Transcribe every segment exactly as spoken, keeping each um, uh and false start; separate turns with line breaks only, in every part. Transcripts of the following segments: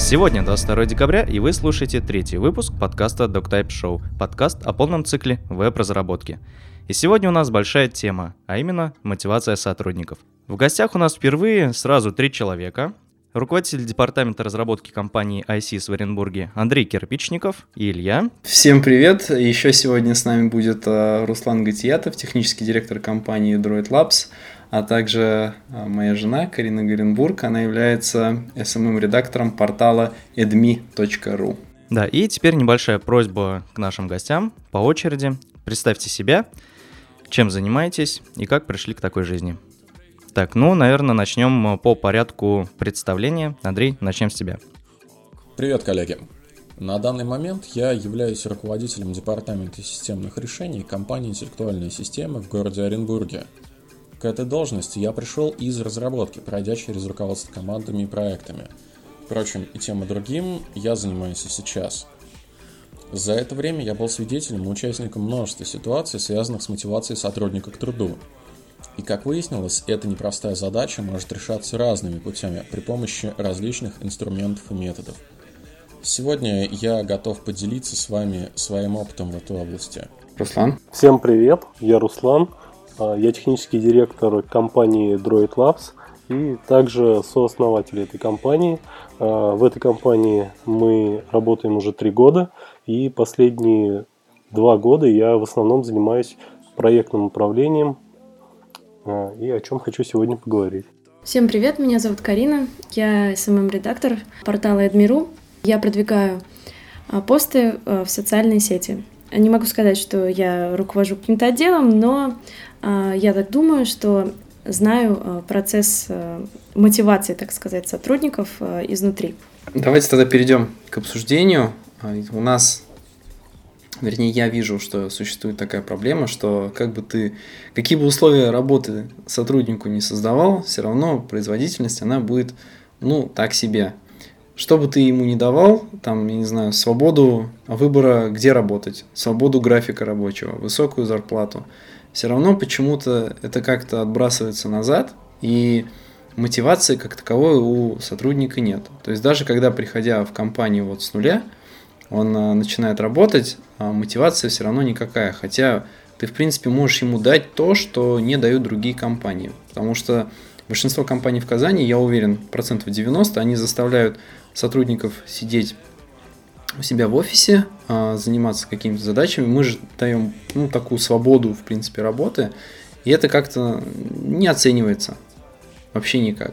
Сегодня двадцать второе декабря, и вы слушаете третий выпуск подкаста DocType Show, подкаст о полном цикле веб-разработки. И сегодня у нас большая тема, а именно мотивация сотрудников. В гостях у нас впервые сразу три человека. Руководитель департамента разработки компании iSys в Оренбурге Андрей Кирпичников и Илья.
Всем привет! Еще сегодня с нами будет Руслан Гатиятов, технический директор компании Droid Labs, а также моя жена Карина Горенбург. Она является эс эм эм-редактором портала эдми точка ру.
Да, и теперь небольшая просьба к нашим гостям по очереди. Представьте себя, чем занимаетесь и как пришли к такой жизни. Так, ну, наверное, начнем по порядку представления. Андрей, начнем с тебя.
Привет, коллеги. На данный момент я являюсь руководителем департамента системных решений компании «Интеллектуальные системы» в городе Оренбурге. К этой должности я пришел из разработки, пройдя через руководство командами и проектами. Впрочем, и тем и другим я занимаюсь и сейчас. За это время я был свидетелем и участником множества ситуаций, связанных с мотивацией сотрудника к труду. И, как выяснилось, эта непростая задача может решаться разными путями при помощи различных инструментов и методов. Сегодня я готов поделиться с вами своим опытом в этой области.
Руслан.
Всем привет, я Руслан, я технический директор компании Droid Labs и также сооснователь этой компании. В этой компании мы работаем уже три года, и последние два года я в основном занимаюсь проектным управлением, и о чем хочу сегодня поговорить.
Всем привет, меня зовут Карина, я эс эм эм-редактор портала эдми точка ру. Я продвигаю посты в социальные сети. Не могу сказать, что я руковожу каким-то отделом, но я так думаю, что знаю процесс мотивации, так сказать, сотрудников изнутри.
Давайте тогда перейдем к обсуждению. У нас... Вернее, я вижу, что существует такая проблема, что как бы ты, какие бы условия работы сотруднику не создавал, все равно производительность, она будет, ну, так себе. Что бы ты ему не давал, там, я не знаю, свободу выбора, где работать, свободу графика рабочего, высокую зарплату, все равно почему-то это как-то отбрасывается назад, и мотивации как таковой у сотрудника нет. То есть даже когда, приходя в компанию вот с нуля, он начинает работать, а мотивация все равно никакая. Хотя ты, в принципе, можешь ему дать то, что не дают другие компании. Потому что большинство компаний в Казани, я уверен, процентов девяносто, они заставляют сотрудников сидеть у себя в офисе, заниматься какими-то задачами. Мы же даем, ну, такую свободу, в принципе, работы. И это как-то не оценивается. Вообще никак.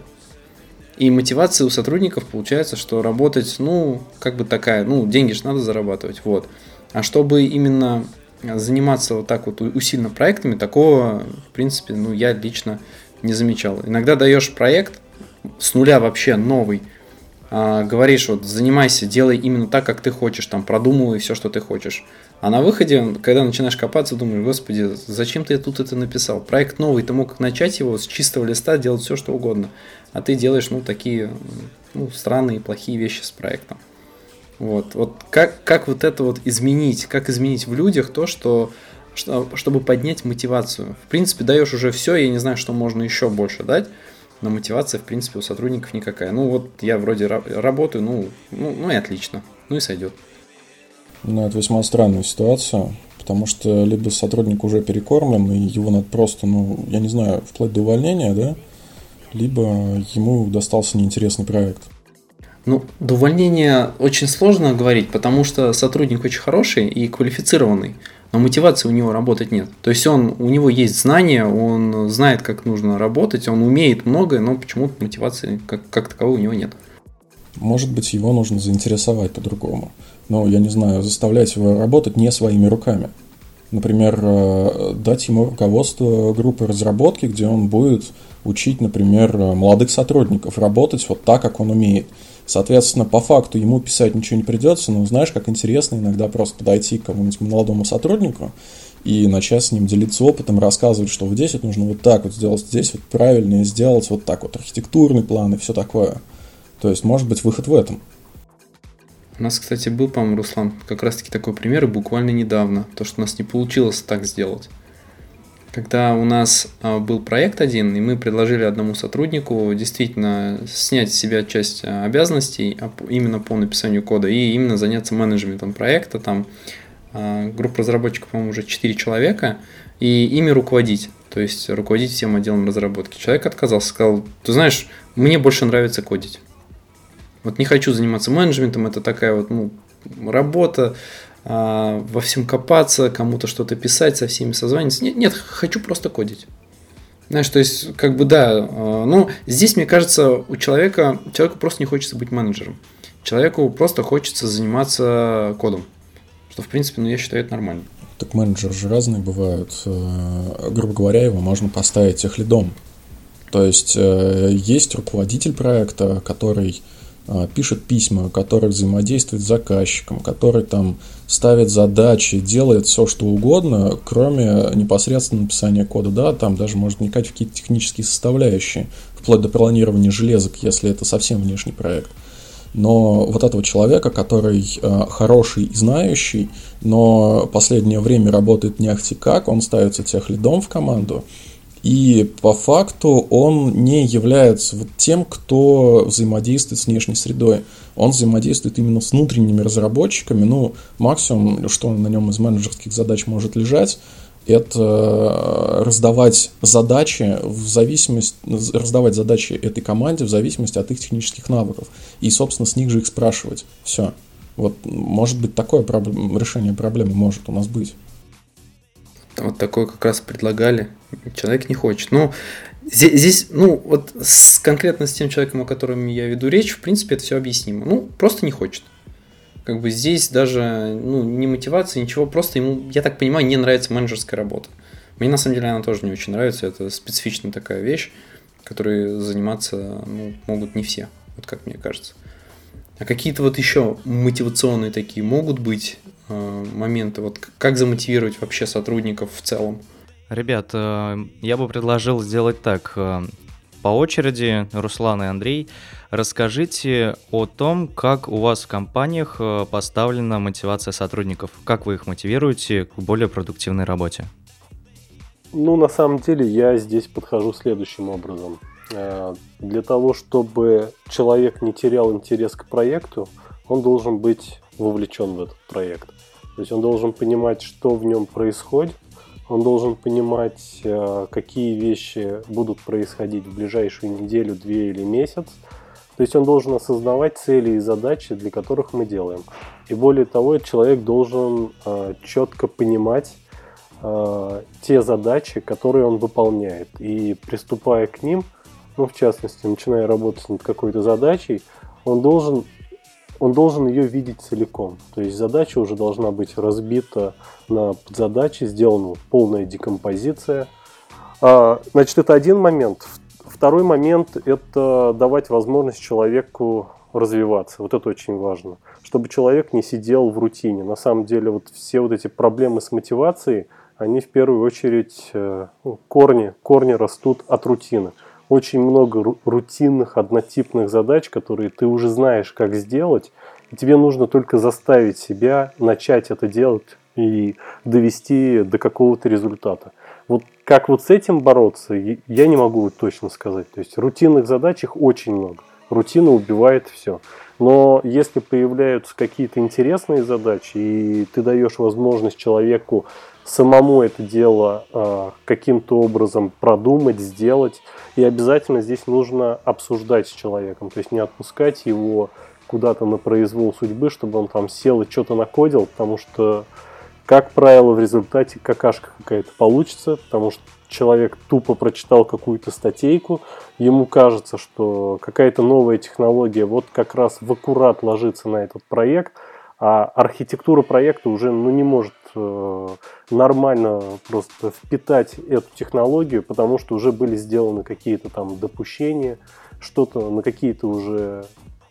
И мотивация у сотрудников получается, что работать, ну, как бы такая, ну, деньги же надо зарабатывать, вот. А чтобы именно заниматься вот так вот усиленно проектами, такого, в принципе, ну, я лично не замечал. Иногда даешь проект с нуля вообще новый, а, говоришь, вот, занимайся, делай именно так, как ты хочешь, там, продумывай все, что ты хочешь. А на выходе, когда начинаешь копаться, думаешь, господи, зачем ты тут это написал? Проект новый, ты мог начать его с чистого листа, делать все, что угодно. А ты делаешь, ну, такие, ну, странные, плохие вещи с проектом. Вот, вот как, как вот это вот изменить, как изменить в людях то, что, что, чтобы поднять мотивацию. В принципе, даешь уже все, я не знаю, что можно еще больше дать, но мотивация, в принципе, у сотрудников никакая. Ну, вот я вроде работаю, ну, ну, ну и отлично, ну и сойдет.
Ну, это весьма странная ситуация, потому что либо сотрудник уже перекормлен, и его надо просто, ну, я не знаю, вплоть до увольнения, да, либо ему достался неинтересный проект.
Ну, до увольнения очень сложно говорить, потому что сотрудник очень хороший и квалифицированный, но мотивации у него работать нет. То есть он, у него есть знания, он знает, как нужно работать, он умеет многое, но почему-то мотивации как, как таковой у него нет.
Может быть, его нужно заинтересовать по-другому. Но, я не знаю, заставлять его работать не своими руками. Например, дать ему руководство группы разработки, где он будет учить, например, молодых сотрудников работать вот так, как он умеет. Соответственно, по факту ему писать ничего не придется, но знаешь, как интересно иногда просто подойти к какому-нибудь молодому сотруднику и начать с ним делиться опытом, рассказывать, что вот здесь вот нужно вот так вот сделать, здесь вот правильно и сделать вот так вот, архитектурный план и все такое. То есть, может быть, выход в этом.
У нас, кстати, был, по-моему, Руслан, как раз-таки такой пример буквально недавно. То, что у нас не получилось так сделать. Когда у нас был проект один, и мы предложили одному сотруднику действительно снять с себя часть обязанностей именно по написанию кода и именно заняться менеджментом проекта, там группа разработчиков, по-моему, уже четыре человека, и ими руководить, то есть руководить всем отделом разработки. Человек отказался, сказал: ты знаешь, мне больше нравится кодить. Вот не хочу заниматься менеджментом, это такая вот ну, работа, во всем копаться, кому-то что-то писать, со всеми созваниваться. Нет, нет, хочу просто кодить. Знаешь, то есть, как бы, да, ну, здесь, мне кажется, у человека, человеку просто не хочется быть менеджером. Человеку просто хочется заниматься кодом. Что, в принципе, ну, я считаю, это нормально.
Так менеджеры же разные бывают. Грубо говоря, его можно поставить техлидом. То есть, есть руководитель проекта, который пишет письма, который взаимодействует с заказчиком, который там ставит задачи, делает все, что угодно, кроме непосредственно написания кода. Да, там даже может вникать в какие-то технические составляющие, вплоть до планирования железок, если это совсем внешний проект. Но вот этого человека, который э, хороший и знающий, но последнее время работает не ахти как, он ставится техлидом в команду, и по факту он не является вот тем, кто взаимодействует с внешней средой. Он взаимодействует именно с внутренними разработчиками. Ну, максимум, что на нем из менеджерских задач может лежать, это раздавать задачи в зависимости, раздавать задачи этой команде в зависимости от их технических навыков. И, собственно, с них же их спрашивать. Все. Вот, может быть, такое проблем, решение проблемы может у нас быть.
Вот такое как раз предлагали. Человек не хочет. Ну, здесь, здесь, ну, вот с, конкретно с тем человеком, о котором я веду речь, в принципе, это все объяснимо. Ну, просто не хочет. Как бы здесь даже, ну, не мотивация, ничего, просто ему, я так понимаю, не нравится менеджерская работа. Мне, на самом деле, она тоже не очень нравится. Это специфичная такая вещь, которой заниматься, ну, могут не все, вот как мне кажется. А какие-то вот еще мотивационные такие могут быть э, моменты, вот как замотивировать вообще сотрудников в целом?
Ребят, э, я бы предложил сделать так. По очереди, Руслан и Андрей, расскажите о том, как у вас в компаниях поставлена мотивация сотрудников, как вы их мотивируете к более продуктивной работе.
Ну, на самом деле, я здесь подхожу следующим образом. Для того, чтобы человек не терял интерес к проекту, он должен быть вовлечен в этот проект. То есть он должен понимать, что в нем происходит, он должен понимать, какие вещи будут происходить в ближайшую неделю, две или месяц. То есть он должен осознавать цели и задачи, для которых мы делаем. И более того, человек должен четко понимать те задачи, которые он выполняет. И приступая к ним, ну, в частности, начиная работать над какой-то задачей, он должен, он должен ее видеть целиком. То есть задача уже должна быть разбита на подзадачи, сделана полная декомпозиция. Значит, это один момент. Второй момент – это давать возможность человеку развиваться. Вот это очень важно. Чтобы человек не сидел в рутине. На самом деле, вот все вот эти проблемы с мотивацией, они в первую очередь, ну, корни, корни растут от рутины. Очень много рутинных, однотипных задач, которые ты уже знаешь, как сделать, и тебе нужно только заставить себя начать это делать и довести до какого-то результата. Вот как вот с этим бороться, я не могу точно сказать. То есть рутинных задач их очень много. Рутина убивает все. Но если появляются какие-то интересные задачи, и ты даешь возможность человеку самому это дело э, каким-то образом продумать, сделать. И обязательно здесь нужно обсуждать с человеком. То есть не отпускать его куда-то на произвол судьбы, чтобы он там сел и что-то накодил, потому что, как правило, в результате какашка какая-то получится, потому что человек тупо прочитал какую-то статейку, ему кажется, что какая-то новая технология вот как раз в аккурат ложится на этот проект, а архитектура проекта уже, ну, не может э, нормально просто впитать эту технологию, потому что уже были сделаны какие-то там допущения, что-то на какие-то уже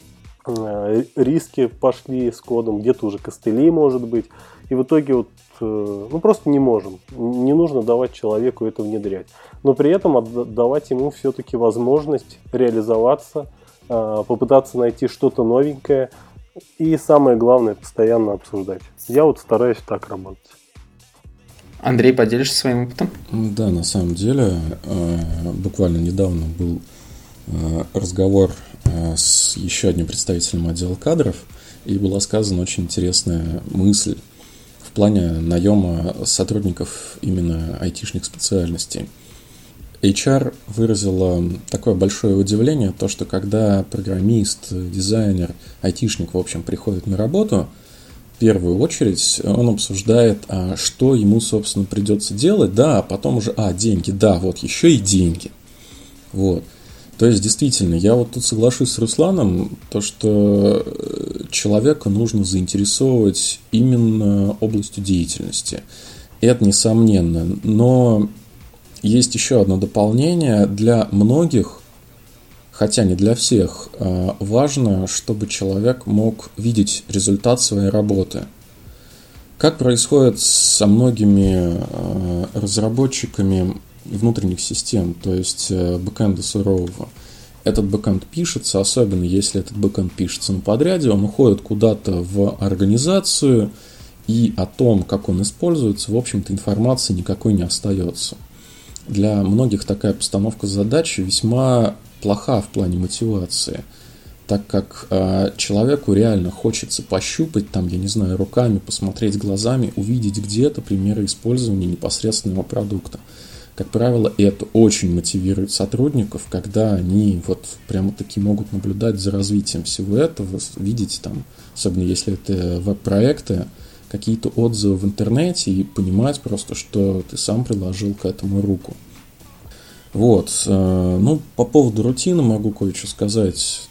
э, риски пошли с кодом, где-то уже костыли, может быть. И в итоге вот, э, ну, просто не можем. Не нужно давать человеку это внедрять. Но при этом отдавать ему все-таки возможность реализоваться, э, попытаться найти что-то новенькое. И самое главное, постоянно обсуждать. Я вот стараюсь так работать.
Андрей, поделишься своим опытом?
Да, на самом деле, буквально недавно был разговор с еще одним представителем отдела кадров, и была сказана очень интересная мысль в плане наема сотрудников именно айтишных специальностей. эйч ар выразила такое большое удивление, то, что когда программист, дизайнер, айтишник, в общем, приходит на работу, в первую очередь он обсуждает, а что ему, собственно, придется делать, да, а потом уже, а, деньги, да, вот еще и деньги. Вот. То есть, действительно, я вот тут соглашусь с Русланом, то, что человека нужно заинтересовывать именно областью деятельности. Это несомненно, но есть еще одно дополнение. Для многих, хотя не для всех, важно, чтобы человек мог видеть результат своей работы. Как происходит со многими разработчиками внутренних систем, то есть бэкэнда сурового. Этот бэкэнд пишется, особенно если этот бэкэнд пишется на подряде, он уходит куда-то в организацию, и о том, как он используется, в общем-то, информации никакой не остается. Для многих такая постановка задачи весьма плоха в плане мотивации, так как э, человеку реально хочется пощупать, там, я не знаю, руками, посмотреть глазами, увидеть где-то примеры использования непосредственного продукта. Как правило, это очень мотивирует сотрудников, когда они вот прямо-таки могут наблюдать за развитием всего этого, видеть там, особенно если это веб-проекты, какие-то отзывы в интернете и понимать просто, что ты сам приложил к этому руку. Вот. Ну, по поводу рутины могу кое-что сказать.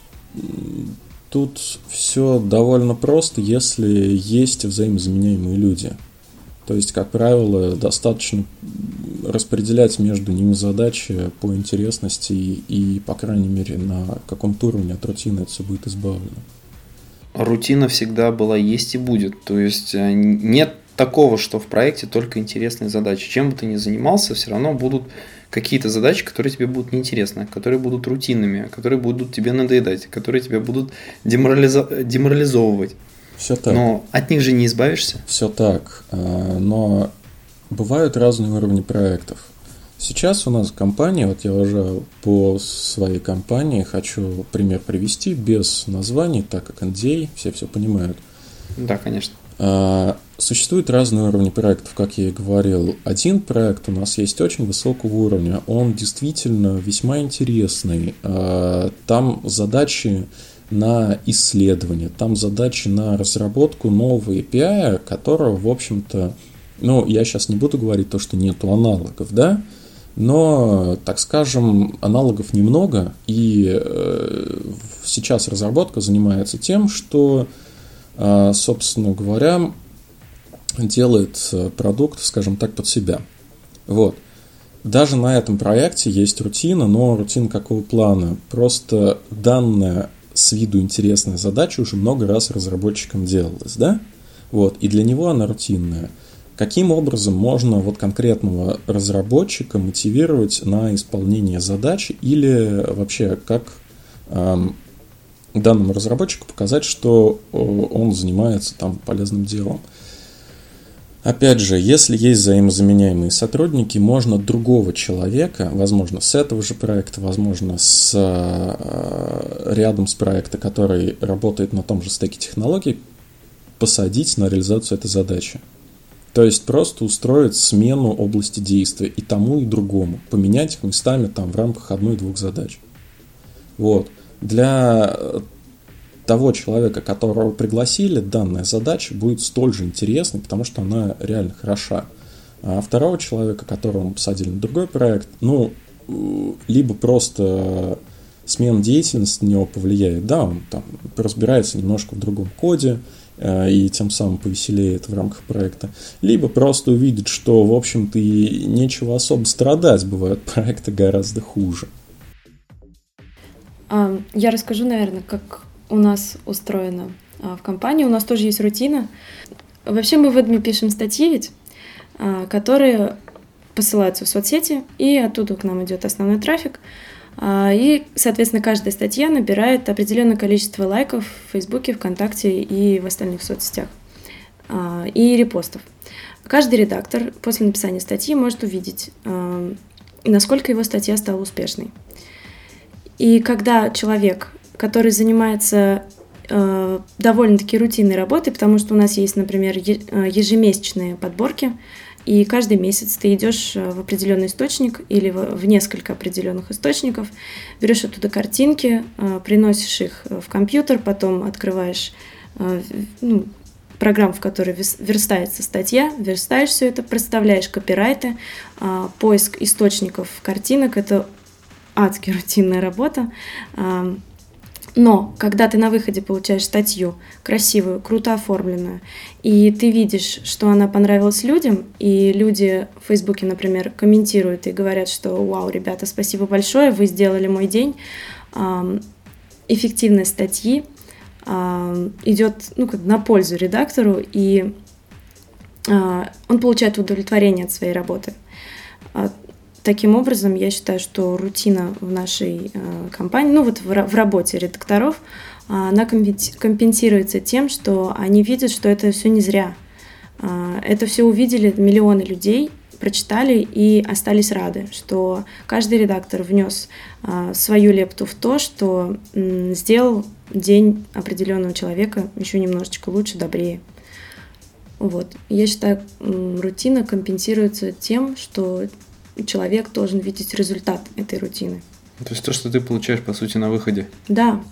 Тут все довольно просто, если есть взаимозаменяемые люди. То есть, как правило, достаточно распределять между ними задачи по интересности и, и, по крайней мере, на каком-то уровне от рутины это все будет избавлено.
Рутина всегда была, есть и будет. То есть нет такого, что в проекте только интересные задачи. Чем бы ты ни занимался, все равно будут какие-то задачи, которые тебе будут неинтересны, которые будут рутинными, которые будут тебе надоедать, которые тебя будут деморализо- деморализовывать.
Все так.
Но от них же не избавишься.
Все так. Но бывают разные уровни проектов. Сейчас у нас в компании, вот я уже по своей компании хочу пример привести без названий, так как эн ди эй, все все понимают.
Да, конечно.
Существуют разные уровни проектов, как я и говорил. Один проект у нас есть очень высокого уровня, он действительно весьма интересный. Там задачи на исследование, там задачи на разработку нового эй пи ай, которого, в общем-то, ну, я сейчас не буду говорить то, что нету аналогов, да, но, так скажем, аналогов немного, и э, сейчас разработка занимается тем, что, э, собственно говоря, делает продукт, скажем так, под себя. Вот. Даже на этом проекте есть рутина, но рутина какого плана? Просто данная с виду интересная задача уже много раз разработчикам делалась, да? Вот, и для него она рутинная. Каким образом можно вот конкретного разработчика мотивировать на исполнение задачи или вообще как эм, данному разработчику показать, что он занимается там полезным делом? Опять же, если есть взаимозаменяемые сотрудники, можно другого человека, возможно, с этого же проекта, возможно, с, рядом с проекта, который работает на том же стеке технологий, посадить на реализацию этой задачи. То есть просто устроить смену области действия и тому, и другому, поменять их местами там в рамках одной-двух задач. Вот. Для того человека, которого пригласили, данная задача будет столь же интересной, потому что она реально хороша. А второго человека, которого мы посадили на другой проект, ну, либо просто смена деятельности на него повлияет, да, он там разбирается немножко в другом коде и тем самым повеселеет в рамках проекта, либо просто увидит, что, в общем-то, и нечего особо страдать, бывают проекты гораздо хуже.
Я расскажу, наверное, как у нас устроено в компании. У нас тоже есть рутина. Вообще мы в Эдми пишем статьи ведь, которые посылаются в соцсети, и оттуда к нам идет основной трафик. И, соответственно, каждая статья набирает определенное количество лайков в Фейсбуке, ВКонтакте и в остальных соцсетях, и репостов. Каждый редактор после написания статьи может увидеть, насколько его статья стала успешной. И когда человек, который занимается довольно-таки рутинной работой, потому что у нас есть, например, ежемесячные подборки, и каждый месяц ты идешь в определенный источник или в несколько определенных источников, берешь оттуда картинки, приносишь их в компьютер, потом открываешь ну, программу, в которой верстается статья, верстаешь все это, проставляешь копирайты, поиск источников картинок — это адски рутинная работа. Но когда ты на выходе получаешь статью красивую, круто оформленную, и ты видишь, что она понравилась людям, и люди в Фейсбуке, например, комментируют и говорят, что «Вау, ребята, спасибо большое, вы сделали мой день», эффективность статьи идет ну, как на пользу редактору, и он получает удовлетворение от своей работы. Таким образом, я считаю, что рутина в нашей э, компании, ну вот в, в работе редакторов, э, она компенсируется тем, что они видят, что это все не зря. Э, это все увидели миллионы людей, прочитали и остались рады, что каждый редактор внес э, свою лепту в то, что э, сделал день определенного человека еще немножечко лучше, добрее. Вот. Я считаю, э, рутина компенсируется тем, что человек должен видеть результат этой рутины.
То есть то, что ты получаешь, по сути, на выходе.
Да.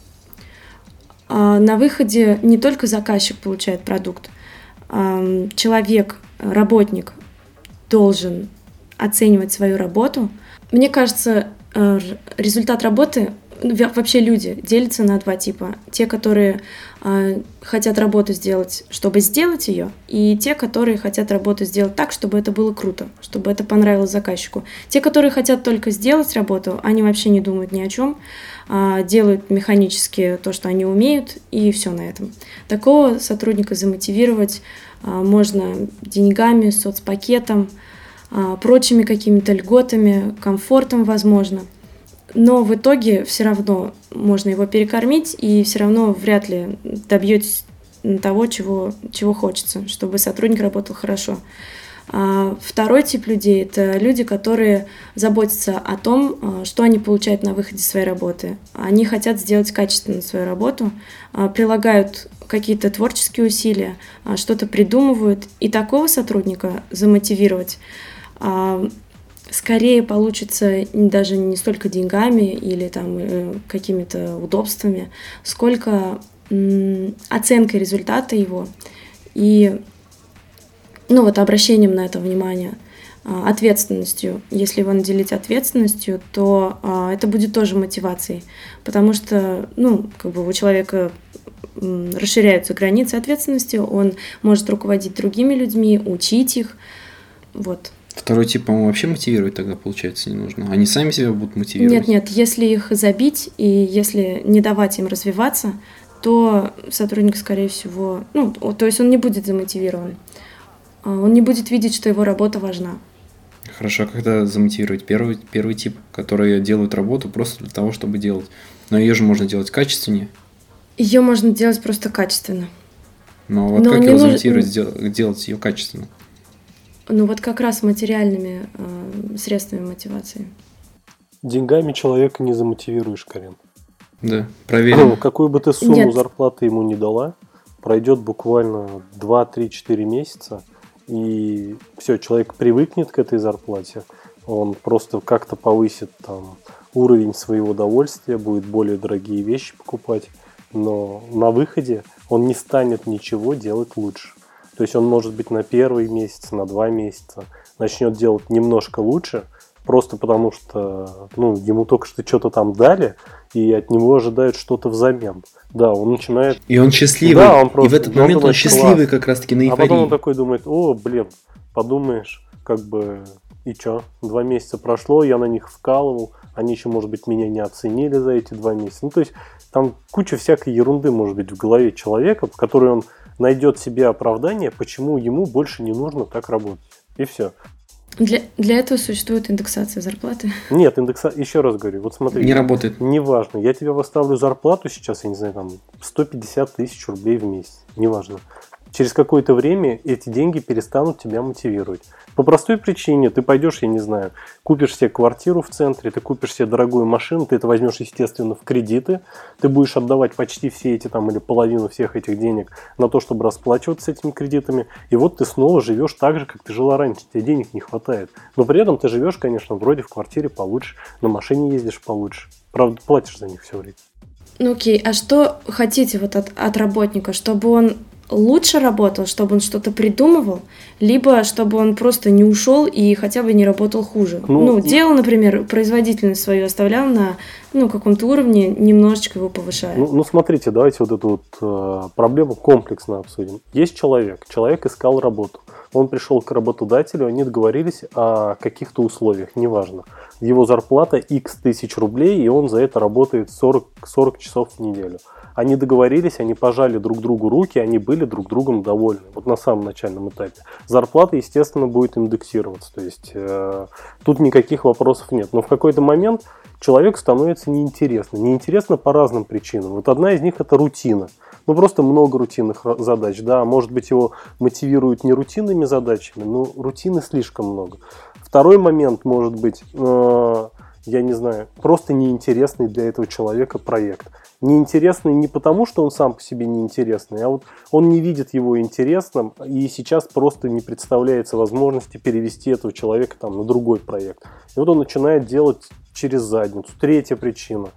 А на выходе не только заказчик получает продукт. А человек, работник должен оценивать свою работу. Мне кажется, результат работы, вообще люди делятся на два типа. Те, которые э, хотят работу сделать, чтобы сделать ее, и те, которые хотят работу сделать так, чтобы это было круто, чтобы это понравилось заказчику. Те, которые хотят только сделать работу, они вообще не думают ни о чем, э, делают механически то, что они умеют, и все на этом. Такого сотрудника замотивировать э, можно деньгами, соцпакетом, э, прочими какими-то льготами, комфортом, возможно. Но в итоге все равно можно его перекормить, и все равно вряд ли добьетесь того, чего, чего хочется, чтобы сотрудник работал хорошо. А второй тип людей – это люди, которые заботятся о том, что они получают на выходе своей работы. Они хотят сделать качественно свою работу, прилагают какие-то творческие усилия, что-то придумывают, и такого сотрудника замотивировать скорее получится даже не столько деньгами или там какими-то удобствами, сколько м, оценкой результата его и ну, вот, обращением на это внимание, ответственностью. Если его наделить ответственностью, то а, это будет тоже мотивацией, потому что ну, как бы у человека м, расширяются границы ответственности, он может руководить другими людьми, учить их. Вот.
Второй тип, по-моему, вообще мотивировать тогда, получается, не нужно. Они сами себя будут мотивировать.
Нет, нет, если их забить и если не давать им развиваться, то сотрудник, скорее всего, ну, то есть он не будет замотивирован. Он не будет видеть, что его работа важна.
Хорошо, когда замотивировать первый, первый тип, которые делают работу просто для того, чтобы делать. Но ее же можно делать качественнее.
Ее можно делать просто качественно.
Но вот
Но
как его
нужно...
замотивировать делать, делать ее качественно?
Ну вот как раз материальными э, средствами мотивации.
Деньгами человека не замотивируешь, Карин.
Да, проверено.
Ну, какую бы ты сумму
Нет.
зарплаты ему не дала, пройдет буквально два, три, четыре месяца, и все, человек привыкнет к этой зарплате, он просто как-то повысит там уровень своего удовольствия, будет более дорогие вещи покупать, но на выходе он не станет ничего делать лучше. То есть он, может быть, на первый месяц, на два месяца начнет делать немножко лучше, просто потому что ну, ему только что что-то там дали, и от него ожидают что-то взамен. Да, он начинает...
И он счастливый.
Да, он просто...
И в этот
он
момент он
думает,
счастливый
класс.
как раз-таки на
А
эйфории.
потом он такой думает, о, блин, подумаешь, как бы, и чё? Два месяца прошло, я на них вкалывал, они еще, может быть, меня не оценили за эти два месяца. Ну, то есть там куча всякой ерунды может быть в голове человека, в которой он найдет себе оправдание, почему ему больше не нужно так работать. И все.
Для, для этого существует индексация зарплаты.
Нет, индекса... еще раз говорю, вот смотри.
Не работает.
Неважно, я тебе выставлю зарплату сейчас, я не знаю, там, сто пятьдесят тысяч рублей в месяц, неважно. через какое-то время эти деньги перестанут тебя мотивировать. По простой причине, ты пойдешь, я не знаю, купишь себе квартиру в центре, ты купишь себе дорогую машину, ты это возьмешь, естественно, в кредиты, ты будешь отдавать почти все эти там или половину всех этих денег на то, чтобы расплачиваться этими кредитами, и вот ты снова живешь так же, как ты жила раньше, тебе денег не хватает. Но при этом ты живешь, конечно, вроде в квартире получше, на машине ездишь получше, правда, платишь за них все время.
Ну окей, а что хотите вот от, от работника, чтобы он лучше работал, чтобы он что-то придумывал, либо чтобы он просто не ушел и хотя бы не работал хуже. Ну, ну делал, например, производительность свою оставлял на ну, каком-то уровне, немножечко его повышая.
Ну, ну смотрите, давайте вот эту вот э, проблему комплексно обсудим. Есть человек, человек искал работу. Он пришел к работодателю, они договорились о каких-то условиях, неважно. Его зарплата икс тысяч рублей, и он за это работает сорок, сорок часов в неделю. Они договорились, они пожали друг другу руки, они были друг другом довольны. Вот на самом начальном этапе. Зарплата, естественно, будет индексироваться. То есть э, тут никаких вопросов нет. Но в какой-то момент человеку становится неинтересно. Неинтересно по разным причинам. Вот одна из них – это рутина. Ну, просто много рутинных задач. Да, может быть, его мотивируют не рутинными задачами, но рутины слишком много. Второй момент может быть, э, я не знаю, просто неинтересный для этого человека проект. Неинтересный не потому, что он сам по себе неинтересный, а вот он не видит его интересным и сейчас просто не представляется возможности перевести этого человека там, на другой проект. И вот он начинает делать через задницу. Третья причина.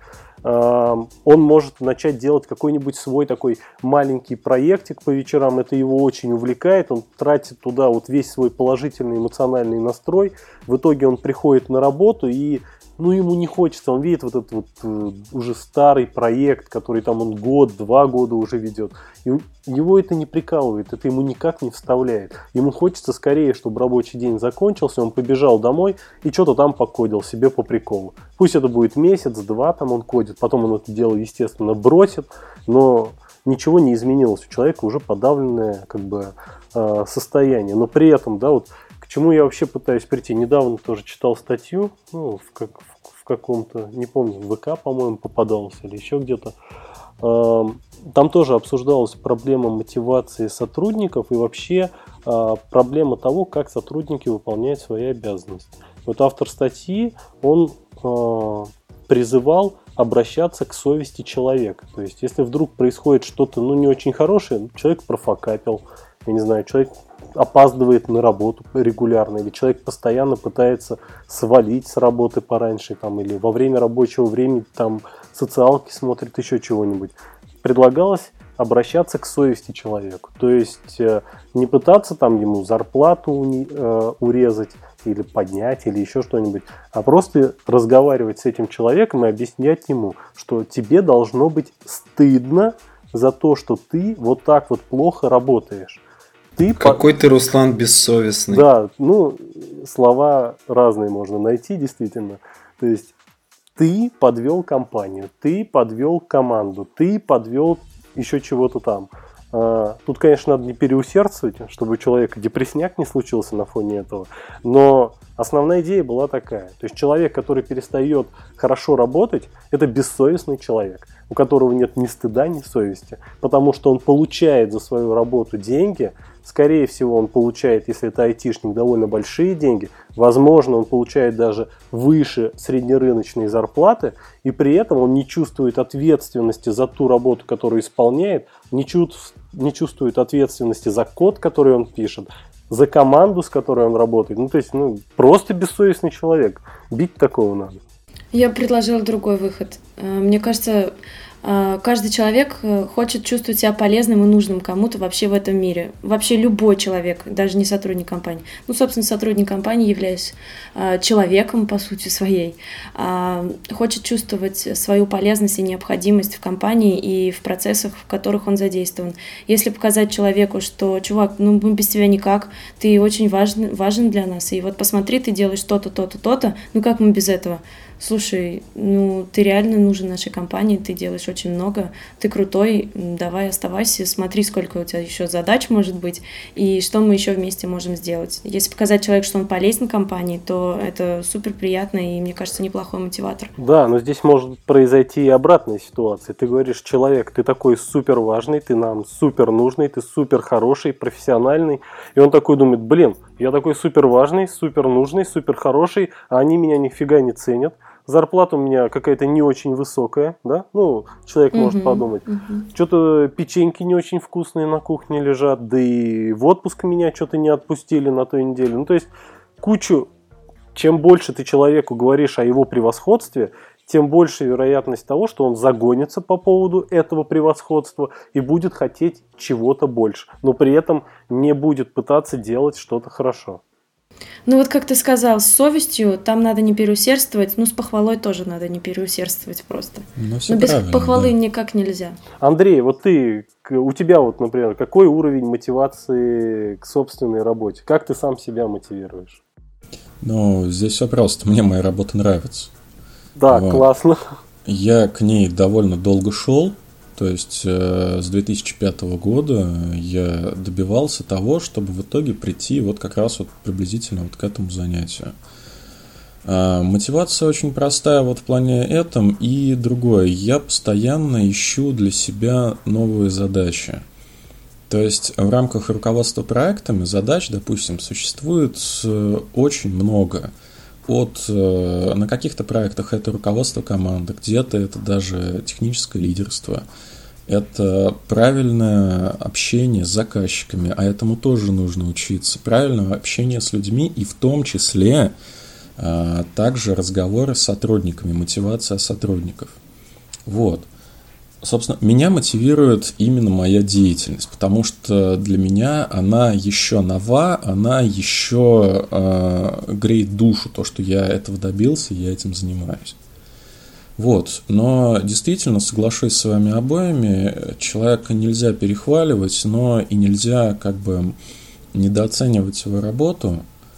Он может начать делать какой-нибудь свой такой маленький проектик по вечерам, это его очень увлекает, он тратит туда вот весь свой положительный эмоциональный настрой, в итоге он приходит на работу и ну, ему не хочется, он видит вот этот вот э, уже старый проект, который там он год, два года уже ведет. И его это не прикалывает, это ему никак не вставляет. Ему хочется скорее, чтобы рабочий день закончился, он побежал домой и что-то там покодил себе по приколу. Пусть это будет месяц-два, там он кодит, потом он это дело, естественно, бросит, но ничего не изменилось. У человека уже подавленное как бы э, состояние. Но при этом, да, вот к чему я вообще пытаюсь прийти? Недавно тоже читал статью, ну, в, как, в каком-то, не помню, в ВК, по-моему, попадался или еще где-то. Там тоже обсуждалась проблема мотивации сотрудников и вообще проблема того, как сотрудники выполняют свои обязанности. Вот автор статьи, он призывал обращаться к совести человека. То есть, если вдруг происходит что-то, ну, не очень хорошее, человек профокапил, я не знаю, человек опаздывает на работу регулярно, или человек постоянно пытается свалить с работы пораньше, там, или во время рабочего времени там социалки смотрит, еще чего-нибудь. Предлагалось обращаться к совести человеку. То есть э, не пытаться там ему зарплату уни, э, урезать или поднять, или еще что-нибудь, а просто разговаривать с этим человеком и объяснять ему, что тебе должно быть стыдно за то, что ты вот так вот плохо работаешь. Ты
Какой по... ты, Руслан, бессовестный.
Да, ну, слова разные можно найти, действительно. То есть, ты подвел компанию, ты подвел команду, ты подвел еще чего-то там. Тут, конечно, надо не переусердствовать, чтобы у человека депрессняк не случился на фоне этого. Но основная идея была такая. То есть, человек, который перестает хорошо работать, это бессовестный человек, у которого нет ни стыда, ни совести. Потому что он получает за свою работу деньги. Скорее всего, он получает, если это айтишник, довольно большие деньги. Возможно, он получает даже выше среднерыночной зарплаты. И при этом он не чувствует ответственности за ту работу, которую исполняет. Не чувствует, не чувствует ответственности за код, который он пишет. За команду, с которой он работает. Ну, то есть, ну, просто бессовестный человек. Бить такого надо.
Я предложила другой выход. Мне кажется, каждый человек хочет чувствовать себя полезным и нужным кому-то вообще в этом мире. Вообще любой человек, даже не сотрудник компании. Ну, собственно, сотрудник компании, являясь человеком, по сути своей, хочет чувствовать свою полезность и необходимость в компании и в процессах, в которых он задействован. Если показать человеку, что, чувак, ну мы без тебя никак, ты очень важен, важен для нас, и вот посмотри, ты делаешь то-то, то-то, то-то, ну как мы без этого? слушай, ну ты реально нужен нашей компании, ты делаешь очень много, ты крутой, давай оставайся, смотри, сколько у тебя еще задач может быть, и что мы еще вместе можем сделать. Если показать человеку, что он полезен компании, то это супер приятно и, мне кажется, неплохой мотиватор.
Да, но здесь может произойти и обратная ситуация. Ты говоришь, человек, ты такой супер важный, ты нам супер нужный, ты супер хороший, профессиональный, и он такой думает, блин, я такой супер важный, супер нужный, супер хороший, а они меня нифига не ценят. Зарплата у меня какая-то не очень высокая, да? Ну, человек может uh-huh, подумать. Uh-huh. Что-то печеньки не очень вкусные на кухне лежат, да и в отпуск меня что-то не отпустили на той неделе. Ну, то есть, кучу, чем больше ты человеку говоришь о его превосходстве, тем больше вероятность того, что он загонится по поводу этого превосходства и будет хотеть чего-то больше, но при этом не будет пытаться делать что-то хорошо.
Ну вот как ты сказал, с совестью там надо не переусердствовать, ну с похвалой тоже надо не переусердствовать просто.
Ну,
Но без похвалы да. никак нельзя.
Андрей, вот ты, у тебя вот, например, какой уровень мотивации к собственной работе? Как ты сам себя мотивируешь?
Ну, здесь все просто. Мне моя работа нравится.
Да, вот. Классно.
Я к ней довольно долго шел. То есть э, с две тысячи пятого года я добивался того, чтобы в итоге прийти вот как раз вот приблизительно вот к этому занятию. А, мотивация очень простая вот в плане этом и другое. Я постоянно ищу для себя новые задачи. То есть в рамках руководства проектами задач, допустим, существует очень много. От, на каких-то проектах это руководство команды, где-то это даже техническое лидерство. Это правильное общение с заказчиками, а этому тоже нужно учиться. Правильное общение с людьми и в том числе а, также разговоры с сотрудниками, мотивация сотрудников. Вот. Собственно, меня мотивирует именно моя деятельность, потому что для меня она еще нова, она еще э, греет душу, то, что я этого добился, я этим занимаюсь. Вот, но действительно, соглашусь с вами обоими, человека нельзя перехваливать, но и нельзя как бы недооценивать его работу.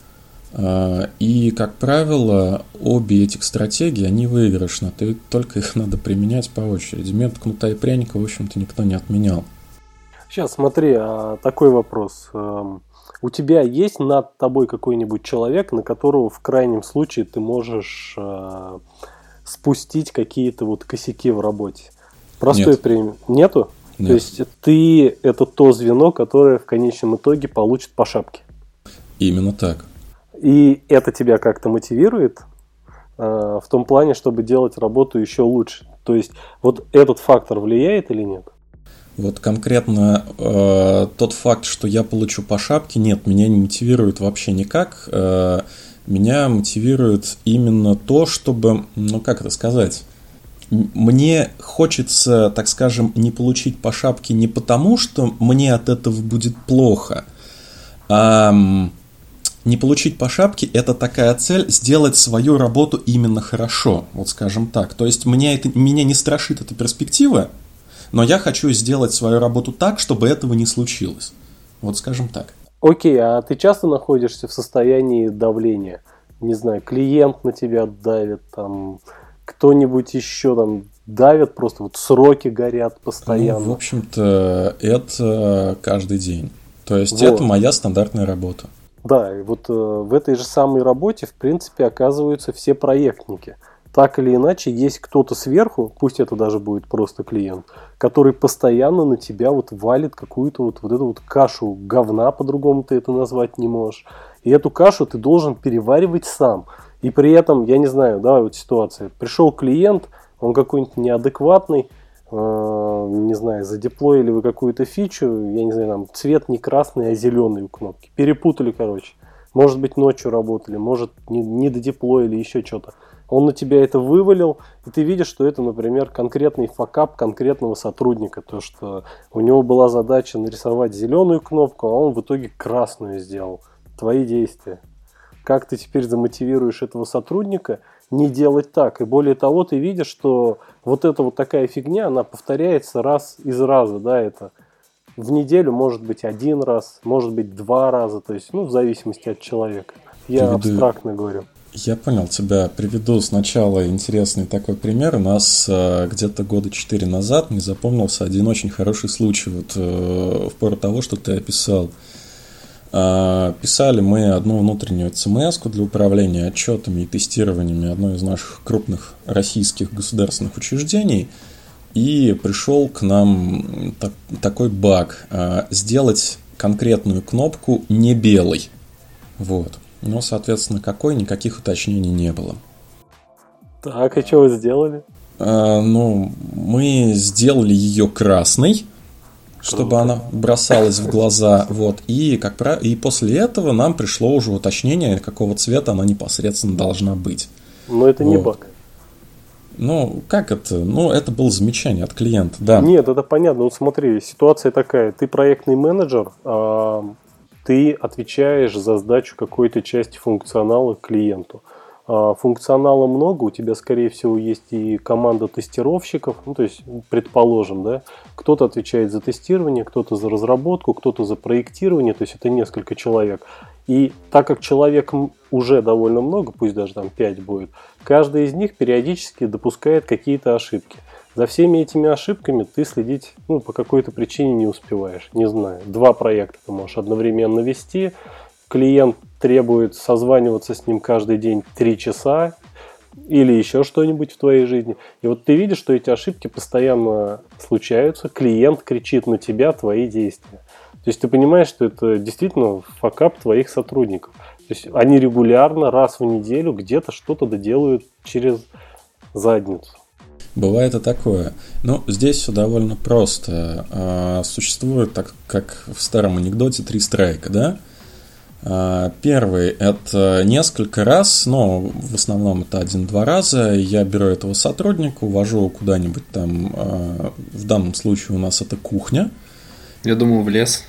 И, как правило, обе этих стратегии, они выигрышны, только их надо применять по очереди. Метод кнута и пряника, в общем-то, никто не отменял.
Сейчас, смотри, такой вопрос. У тебя есть над тобой какой-нибудь человек, на которого в крайнем случае ты можешь спустить какие-то вот косяки в работе? Простой пример. Нету? Нет. То есть ты это то звено, которое в конечном итоге получит по шапке?
Именно так.
И это тебя как-то мотивирует э, в том плане, чтобы делать работу еще лучше. То есть вот этот фактор влияет или нет?
Вот конкретно э, тот факт, что я получу по шапке, нет, меня не мотивирует вообще никак. Э, меня мотивирует именно то, чтобы, ну как это сказать, мне хочется, так скажем, не получить по шапке не потому, что мне от этого будет плохо, а... Не получить по шапке – это такая цель сделать свою работу именно хорошо, вот скажем так. То есть меня, это, меня не страшит эта перспектива, но я хочу сделать свою работу так, чтобы этого не случилось. Вот скажем так.
Окей, а ты часто находишься в состоянии давления? Не знаю, клиент на тебя давит, там, кто-нибудь еще там давит, просто вот сроки горят постоянно.
Ну, в общем-то, это каждый день. То есть
вот.
Это моя стандартная работа.
Да, и вот э, в этой же самой работе, в принципе, оказываются все проектники. Так или иначе, есть кто-то сверху, пусть это даже будет просто клиент, который постоянно на тебя вот валит какую-то вот, вот эту вот кашу говна, по-другому ты это назвать не можешь. И эту кашу ты должен переваривать сам. И при этом, я не знаю, да, вот ситуация. Пришел клиент, он какой-нибудь неадекватный, не знаю, задеплоили вы какую-то фичу, я не знаю, там цвет не красный, а зеленый у кнопки. Перепутали, короче. Может быть, ночью работали, может, не, не додеплоили, еще что-то. Он на тебя это вывалил, и ты видишь, что это, например, конкретный факап конкретного сотрудника. То, что у него была задача нарисовать зеленую кнопку, а он в итоге красную сделал. Твои действия. Как ты теперь замотивируешь этого сотрудника не делать так? И более того, ты видишь, что вот эта вот такая фигня, она повторяется раз из раза, да, это в неделю может быть один раз, может быть два раза, то есть, ну, в зависимости от человека. Я
Ты
абстрактно говорю.
Я понял тебя. Приведу сначала интересный такой пример. У нас э, где-то года четыре назад мне запомнился один очень хороший случай вот, э, в пору того, что ты описал. Э, писали мы одну внутреннюю эс эм эс-ку для управления отчетами и тестированиями одной из наших крупных российских государственных учреждений. И пришел к нам так, такой баг. Э, сделать конкретную кнопку не белой. Вот. Но, соответственно, какой, никаких уточнений не было.
Так, и что вы сделали?
А, ну, мы сделали ее красной, чтобы Круто. Она бросалась в глаза. Вот, и, как правило, и после этого нам пришло уже уточнение, какого цвета она непосредственно должна быть.
Но это вот. Не баг.
Ну, как это? Ну, это было замечание от клиента, да.
Нет, это понятно. Вот смотри, ситуация такая. Ты проектный менеджер, а... ты отвечаешь за сдачу какой-то части функционала клиенту. Функционала много, у тебя, скорее всего, есть и команда тестировщиков, ну, то есть, предположим, да, кто-то отвечает за тестирование, кто-то за разработку, кто-то за проектирование, то есть, это несколько человек. И так как человек уже довольно много, пусть даже там пять будет, каждый из них периодически допускает какие-то ошибки. За всеми этими ошибками ты следить ну, по какой-то причине не успеваешь. Не знаю, два проекта ты можешь одновременно вести. Клиент требует созваниваться с ним каждый день три часа или еще что-нибудь в твоей жизни. И вот ты видишь, что эти ошибки постоянно случаются. Клиент кричит на тебя твои действия. То есть ты понимаешь, что это действительно факап твоих сотрудников. То есть они регулярно, раз в неделю где-то что-то доделают через задницу.
Бывает и такое. Но здесь все довольно просто. Существует, так как в старом анекдоте, три страйка, да? Первый – это несколько раз, но в основном это один-два раза. Я беру этого сотрудника, увожу куда-нибудь там, в данном случае у нас это кухня.
Я думаю, в лес.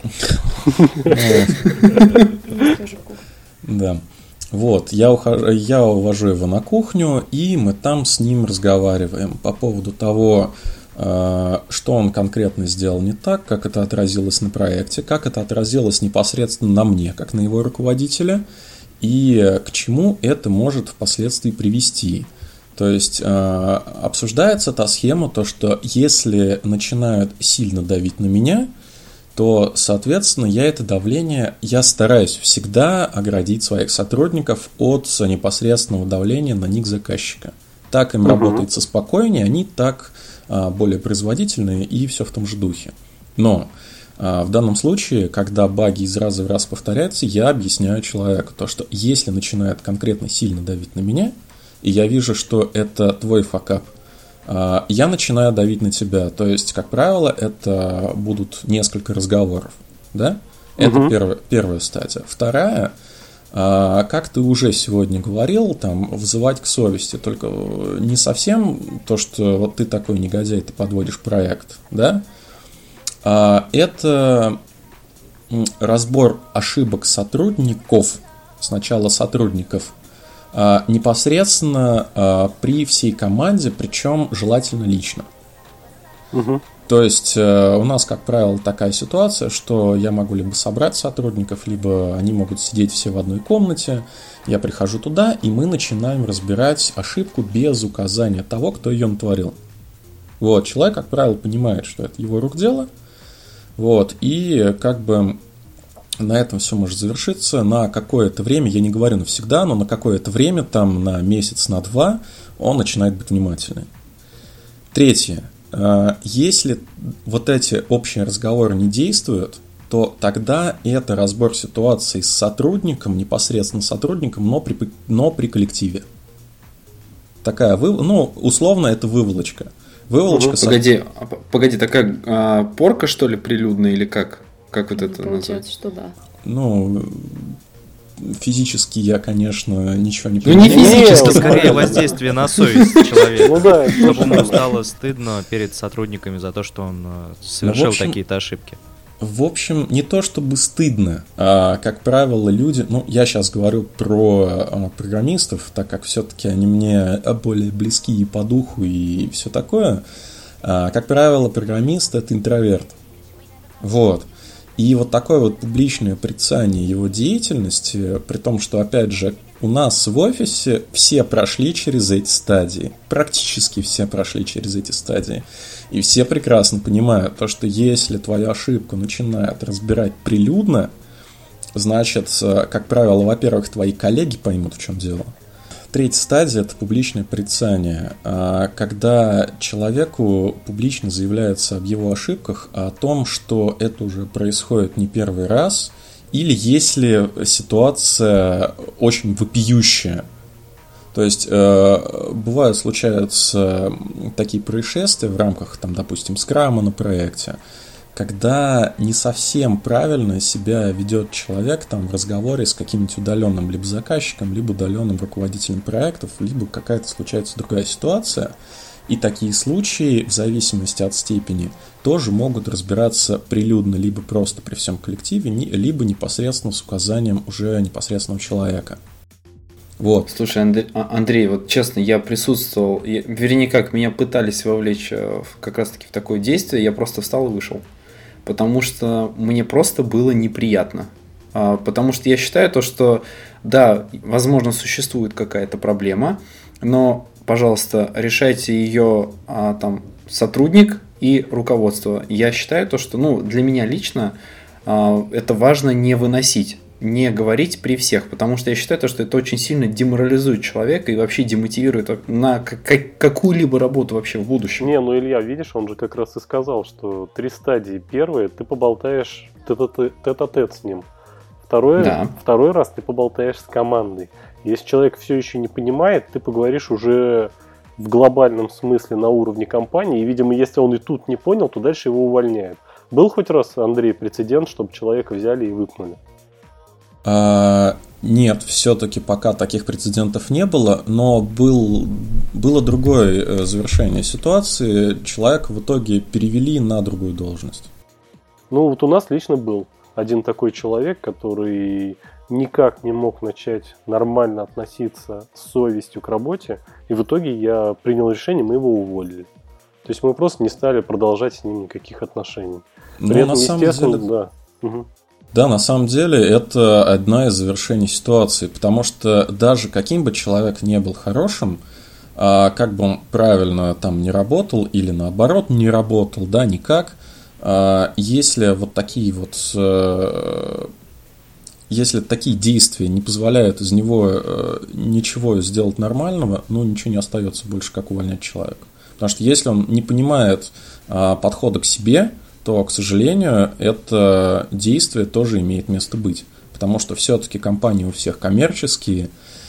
Да. Вот, я, ухожу, я увожу его на кухню, и мы там с ним разговариваем по поводу того, э, что он конкретно сделал не так, как это отразилось на проекте, как это отразилось непосредственно на мне, как на его руководителя, и к чему это может впоследствии привести. То есть э, обсуждается та схема, то, что если начинают сильно давить на меня, то, соответственно, я это давление, я стараюсь всегда оградить своих сотрудников от непосредственного давления на них заказчика. Так им угу. работается спокойнее, они так а, более производительные и все в том же духе. Но а, в данном случае, когда баги из раза в раз повторяются, я объясняю человеку то, что если начинает конкретно сильно давить на меня, и я вижу, что это твой факап, я начинаю давить на тебя. То есть, как правило, это будут несколько разговоров. Да? Это угу. первая, первая стадия. Вторая, как ты уже сегодня говорил, там, вызывать к совести. Только не совсем то, что вот ты такой негодяй, ты подводишь проект. Да? Это разбор ошибок сотрудников, сначала сотрудников, непосредственно а, при всей команде, причем желательно лично. Угу. То есть а, у нас, как правило, такая ситуация, что я могу либо собрать сотрудников, либо они могут сидеть все в одной комнате. Я прихожу туда, и мы начинаем разбирать ошибку без указания того, кто ее натворил. Вот, человек, как правило, понимает, что это его рук дело. Вот, и как бы на этом все может завершиться. На какое-то время, я не говорю навсегда, но на какое-то время, там на месяц, на два, он начинает быть внимательный. Третье. Если вот эти общие разговоры не действуют, то тогда это разбор ситуации с сотрудником, непосредственно сотрудником, но при, но при коллективе. Такая, вы, ну, условно, это выволочка. Выволочка.
Угу. Погоди, со... погоди, такая а, порка, что ли, прилюдная или как? Как вот это
Получается,
назвать?
что да.
Ну, физически я, конечно, ничего не
понимаю. Ну, не физически, скорее воздействие на совесть человека.
Ну да,
чтобы ему стало стыдно перед сотрудниками за то, что он совершил такие-то ошибки.
В общем, не то чтобы стыдно, а, как правило, люди, ну, я сейчас говорю про а, программистов, так как все-таки они мне более близки и по духу, и все такое. А, как правило, программист — это интроверт. Вот. И вот такое вот публичное порицание его деятельности, при том, что, опять же, У нас в офисе все прошли через эти стадии, практически все прошли через эти стадии. И все прекрасно понимают, то, что если твою ошибку начинают разбирать прилюдно, значит, как правило, во-первых, твои коллеги поймут, в чем дело. Третья стадия – это публичное порицание, когда человеку публично заявляется об его ошибках, о том, что это уже происходит не первый раз, или если ситуация очень вопиющая. То есть, э, бывают, случаются такие происшествия в рамках, там, допустим, скрама на проекте, когда не совсем правильно себя ведет человек там, в разговоре с каким-нибудь удаленным либо заказчиком, либо удаленным руководителем проектов, либо какая-то случается другая ситуация. И такие случаи, в зависимости от степени, тоже могут разбираться прилюдно, либо просто при всем коллективе, либо непосредственно с указанием уже непосредственного человека. Вот.
Слушай, Андрей, Андрей, вот честно, я присутствовал, я, вернее, как меня пытались вовлечь как раз-таки в такое действие, я просто встал и вышел. Потому что мне просто было неприятно. А, потому что я считаю то, что да, возможно, существует какая-то проблема, но, пожалуйста, решайте ее а, там сотрудник и руководство. Я считаю то, что ну, для меня лично а, это важно не выносить. Не говорить при всех, потому что я считаю, что это очень сильно деморализует человека и вообще демотивирует на какую-либо работу вообще в будущем.
Не, ну Илья, видишь, он же как раз и сказал, что три стадии. Первая, ты поболтаешь тет-а-тет с ним. Второе, да. Второй раз ты поболтаешь с командой. Если человек все еще не понимает, ты поговоришь уже в глобальном смысле на уровне компании. И, видимо, если он и тут не понял, то дальше его увольняют. Был хоть раз, Андрей, прецедент, чтобы человека взяли и выпнули?
А, нет, все-таки пока таких прецедентов не было, но был, было другое завершение ситуации. Человека в итоге перевели на другую должность.
Ну, вот у нас лично был один такой человек, который никак не мог начать нормально относиться с совестью к работе, и в итоге я принял решение, мы его уволили. То есть мы просто не стали продолжать с ним никаких отношений. При
ну,
этом,
на самом
естественно,
деле...
да. Угу.
Да, на самом деле это одна из завершений ситуации, потому что даже каким бы человек не был хорошим, как бы он правильно там не работал или наоборот не работал, да, никак, если вот такие вот, если такие действия не позволяют из него ничего сделать нормального, ну ничего не остается больше, как увольнять человека. Потому что если он не понимает подхода к себе, то, к сожалению, это действие тоже имеет место быть. Потому что все-таки компании у всех коммерческие,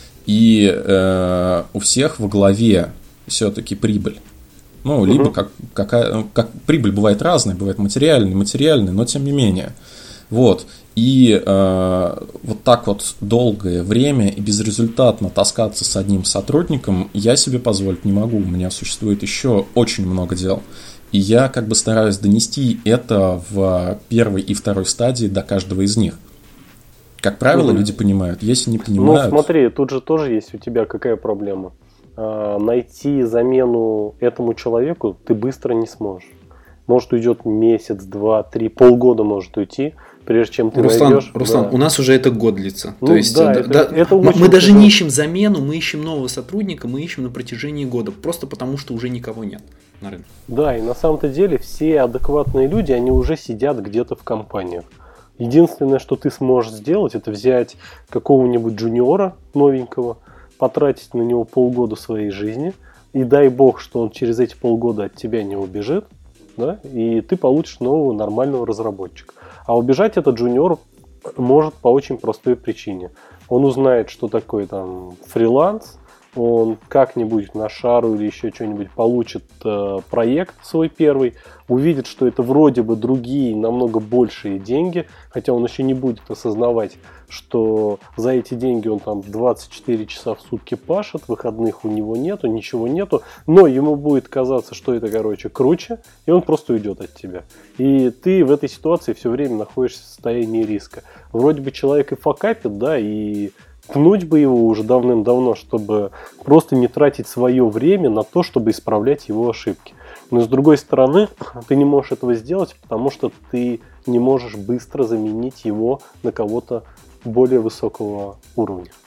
и э, у всех во главе все-таки прибыль. Ну, либо uh-huh. как, какая, как прибыль бывает разная, бывает материальная, нематериальная, но тем не менее. Вот. И э, вот так вот долгое время и безрезультатно таскаться с одним сотрудником я себе позволить не могу. У меня существует еще очень много дел. И я как бы стараюсь донести это в первой и второй стадии до каждого из них. Как правило, mm-hmm. люди понимают. Если не понимают...
Ну, смотри, тут же тоже есть у тебя какая проблема. А, найти замену этому человеку ты быстро не сможешь. Может, уйдет месяц, два, три, полгода может уйти, прежде чем ты
Руслан,
найдешь...
Руслан,
да.
у нас уже это год длится.
Ну,
То есть,
да,
да,
это,
да,
это
мы, мы даже
тяжело.
не ищем замену, мы ищем нового сотрудника, мы ищем на протяжении года, просто потому что уже никого нет на рынке.
Да, и на самом-то деле все адекватные люди, они уже сидят где-то в компаниях. Единственное, что ты сможешь сделать, это взять какого-нибудь джуниора новенького, потратить на него полгода своей жизни, и дай бог, что он через эти полгода от тебя не убежит, да, и ты получишь нового нормального разработчика. А убежать этот джуниор может по очень простой причине. Он узнает, что такое там фриланс, он как-нибудь на шару или еще что-нибудь получит э, проект свой первый, увидит, что это вроде бы другие, намного большие деньги, хотя он еще не будет осознавать, что за эти деньги он там двадцать четыре часа в сутки пашет, выходных у него нету, ничего нету, но ему будет казаться, что это, короче, круче, и он просто уйдет от тебя. И ты в этой ситуации все время находишься в состоянии риска. Вроде бы человек и факапит, да, и пнуть бы его уже давным-давно, чтобы просто не тратить свое время на то, чтобы исправлять его ошибки. Но с другой стороны, ты не можешь этого сделать, потому что ты не можешь быстро заменить его на кого-то более высокого уровня.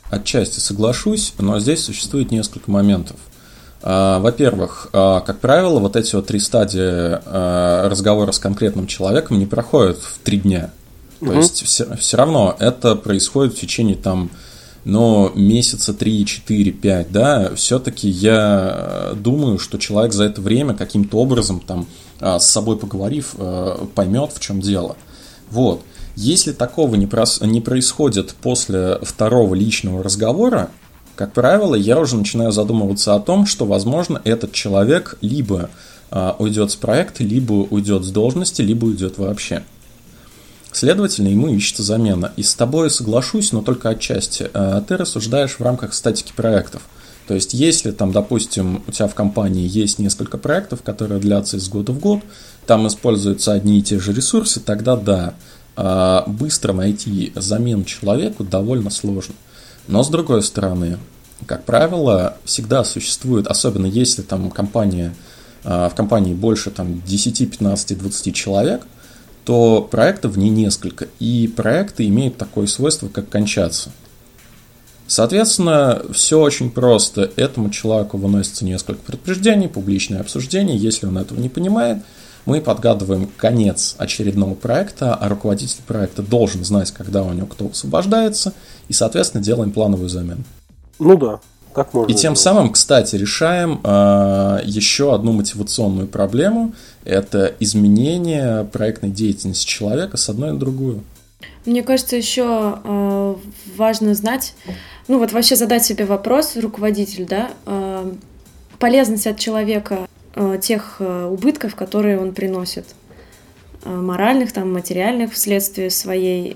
отчасти соглашусь, но здесь существует несколько моментов. Во-первых, как правило, вот эти вот три стадии разговора с конкретным человеком не проходят в три дня. То угу. есть все, все равно это происходит в течение там, ну, месяца три, четыре, пять, да. Все-таки я думаю, что человек за это время каким-то образом там с собой поговорив, поймет, в чем дело. Вот. Если такого не, прос... не происходит после второго личного разговора, как правило, я уже начинаю задумываться о том, что, возможно, этот человек либо э, уйдет с проекта, либо уйдет с должности, либо уйдет вообще. Следовательно, ему ищется замена. И с тобой соглашусь, но только отчасти. Э, ты рассуждаешь в рамках статики проектов. То есть, если там, допустим, у тебя в компании есть несколько проектов, которые длятся из года в год, там используются одни и те же ресурсы, тогда да, э, быстро найти замену человеку довольно сложно. Но с другой стороны, как правило, всегда существует, особенно если там компания, в компании больше там, десять, пятнадцать, двадцать человек, то проектов в ней несколько, и проекты имеют такое свойство, как кончаться. Соответственно, все очень просто. Этому человеку выносится несколько предупреждений, публичное обсуждение. Если он этого не понимает, мы подгадываем конец очередного проекта, а руководитель проекта должен знать, когда у него кто освобождается, и, соответственно, делаем плановую замену.
Ну да, так можно.
И тем
сделать.
самым, кстати, решаем э, еще одну мотивационную проблему. Это изменение проектной деятельности человека с одной на другую.
Мне кажется, еще э, важно знать, ну вот вообще задать себе вопрос, руководитель, да, э, полезность от человека тех убытков, которые он приносит, моральных, там, материальных, вследствие своей,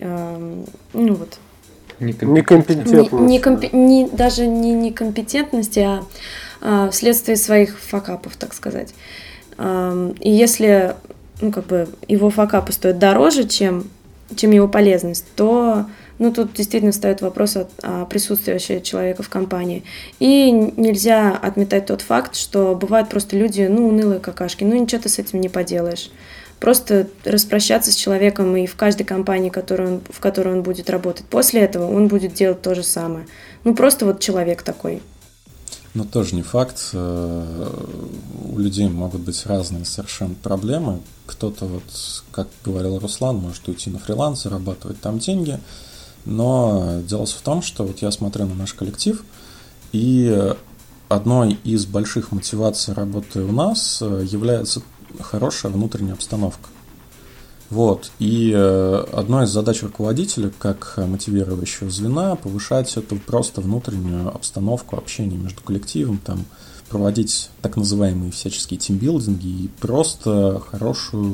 ну вот,
некомпетентности,
не, не комп, не, даже не некомпетентности, а, а вследствие своих факапов, так сказать. И если, ну, как бы его факапы стоят дороже, чем, чем его полезность, то ну, тут действительно встает вопрос о, о присутствии вообще человека в компании. И нельзя отметать тот факт, что бывают просто люди, ну, унылые какашки, ну, ничего ты с этим не поделаешь. Просто распрощаться с человеком и в каждой компании, которую он, в которой он будет работать. После этого он будет делать то же самое. Ну, просто вот человек такой.
Но тоже не факт. У людей могут быть разные совершенно проблемы. Кто-то, вот, как говорил Руслан, может уйти на фриланс, зарабатывать там деньги. Но дело в том, что вот я смотрю на наш коллектив, и одной из больших мотиваций работы у нас является хорошая внутренняя обстановка. Вот. И одной из задач руководителя, как мотивирующего звена, повышать эту просто внутреннюю обстановку общения между коллективом, там, проводить так называемые всяческие тимбилдинги и просто хорошую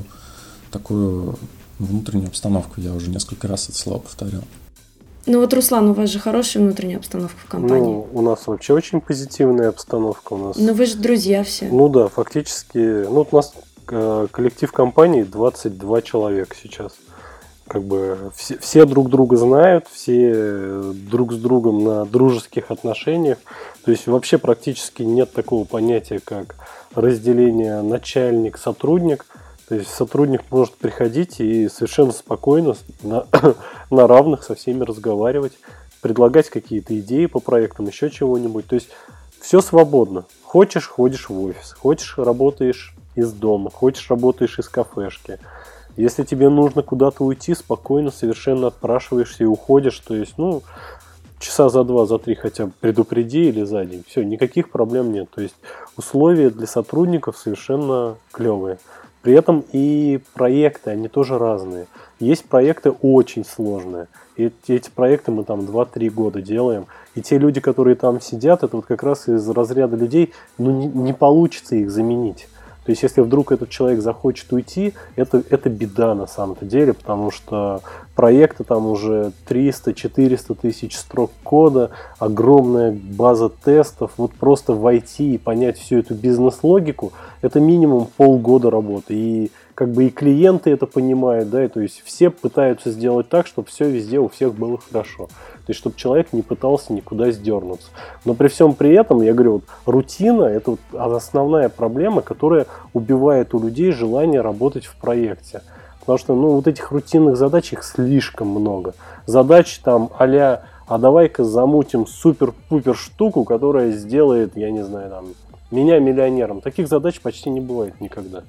такую внутреннюю обстановку. Я уже несколько раз это слово повторял.
Ну вот, Руслан, у вас же хорошая внутренняя обстановка в компании.
Ну, у нас вообще очень позитивная обстановка. У нас...
Ну вы же друзья все.
Ну да, фактически. Ну, вот у нас коллектив компании двадцать два человека сейчас. Как бы все, все друг друга знают, все друг с другом на дружеских отношениях. То есть вообще практически нет такого понятия, как разделение начальник-сотрудник. То есть сотрудник может приходить и совершенно спокойно на, на равных со всеми разговаривать, предлагать какие-то идеи по проектам, еще чего-нибудь. То есть все свободно. Хочешь, ходишь в офис, хочешь, работаешь из дома, хочешь, работаешь из кафешки. Если тебе нужно куда-то уйти, спокойно совершенно отпрашиваешься и уходишь. То есть, ну, часа за два, за три хотя бы предупреди или за день. Все, никаких проблем нет. То есть условия для сотрудников совершенно клевые. При этом и проекты, они тоже разные. Есть проекты очень сложные. И эти проекты мы там два-три года делаем. И те люди, которые там сидят, это вот как раз из разряда людей, ну не, не получится их заменить. То есть, если вдруг этот человек захочет уйти, это, это беда на самом-то деле, потому что проекты там уже триста-четыреста тысяч строк кода, огромная база тестов. Вот просто войти и понять всю эту бизнес-логику, это минимум полгода работы. И как бы и клиенты это понимают, да, и то есть все пытаются сделать так, чтобы все везде у всех было хорошо. То есть, чтобы человек не пытался никуда сдернуться. Но при всем при этом, я говорю, вот, рутина – это вот основная проблема, которая убивает у людей желание работать в проекте. Потому что, ну, вот этих рутинных задач, их слишком много. Задач там а-ля а давай-ка замутим супер-пупер штуку, которая сделает, я не знаю, там, меня миллионером. Таких задач почти не бывает никогда.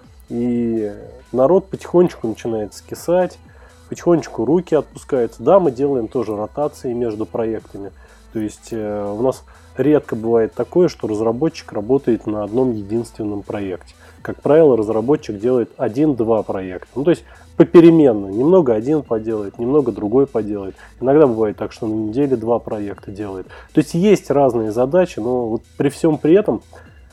И народ потихонечку начинает скисать, потихонечку руки отпускаются. Да, мы делаем тоже ротации между проектами. То есть э, у нас редко бывает такое, что разработчик работает на одном единственном проекте. Как правило, разработчик делает один-два проекта. Ну, то есть попеременно. Немного один поделает, немного другой поделает. Иногда бывает так, что на неделе два проекта делает. То есть есть разные задачи, но вот при всем при этом,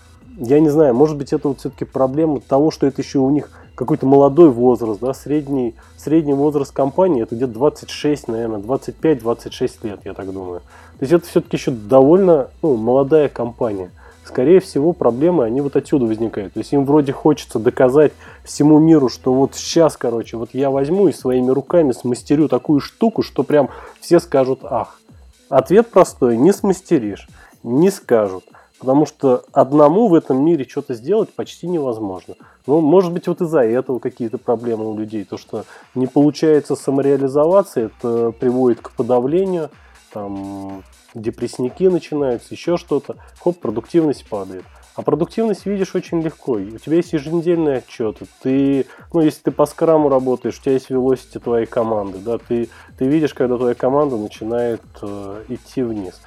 я не знаю, может быть, это вот все-таки проблема того, что это еще у них какой-то молодой возраст, да, средний, средний возраст компании это где-то двадцать шесть, наверное, двадцать пять - двадцать шесть лет, я так думаю. То есть это все-таки еще довольно ну, молодая компания. Скорее всего, проблемы, они вот отсюда возникают. То есть им вроде хочется доказать всему миру, что вот сейчас, короче, вот я возьму и своими руками смастерю такую штуку, что прям все скажут «ах». Ответ простой: не смастеришь, не скажут. Потому что одному в этом мире что-то сделать почти невозможно. Ну, может быть, вот из-за этого какие-то проблемы у людей. То, что не получается самореализоваться, это приводит к подавлению, там, депрессники начинаются, еще что-то. Хоп, продуктивность падает. А продуктивность видишь очень легко. У тебя есть еженедельные отчеты. Ты, ну, если ты по скраму работаешь, у тебя есть velocity твоей команды. Да, ты, ты видишь, когда твоя команда начинает э, идти вниз.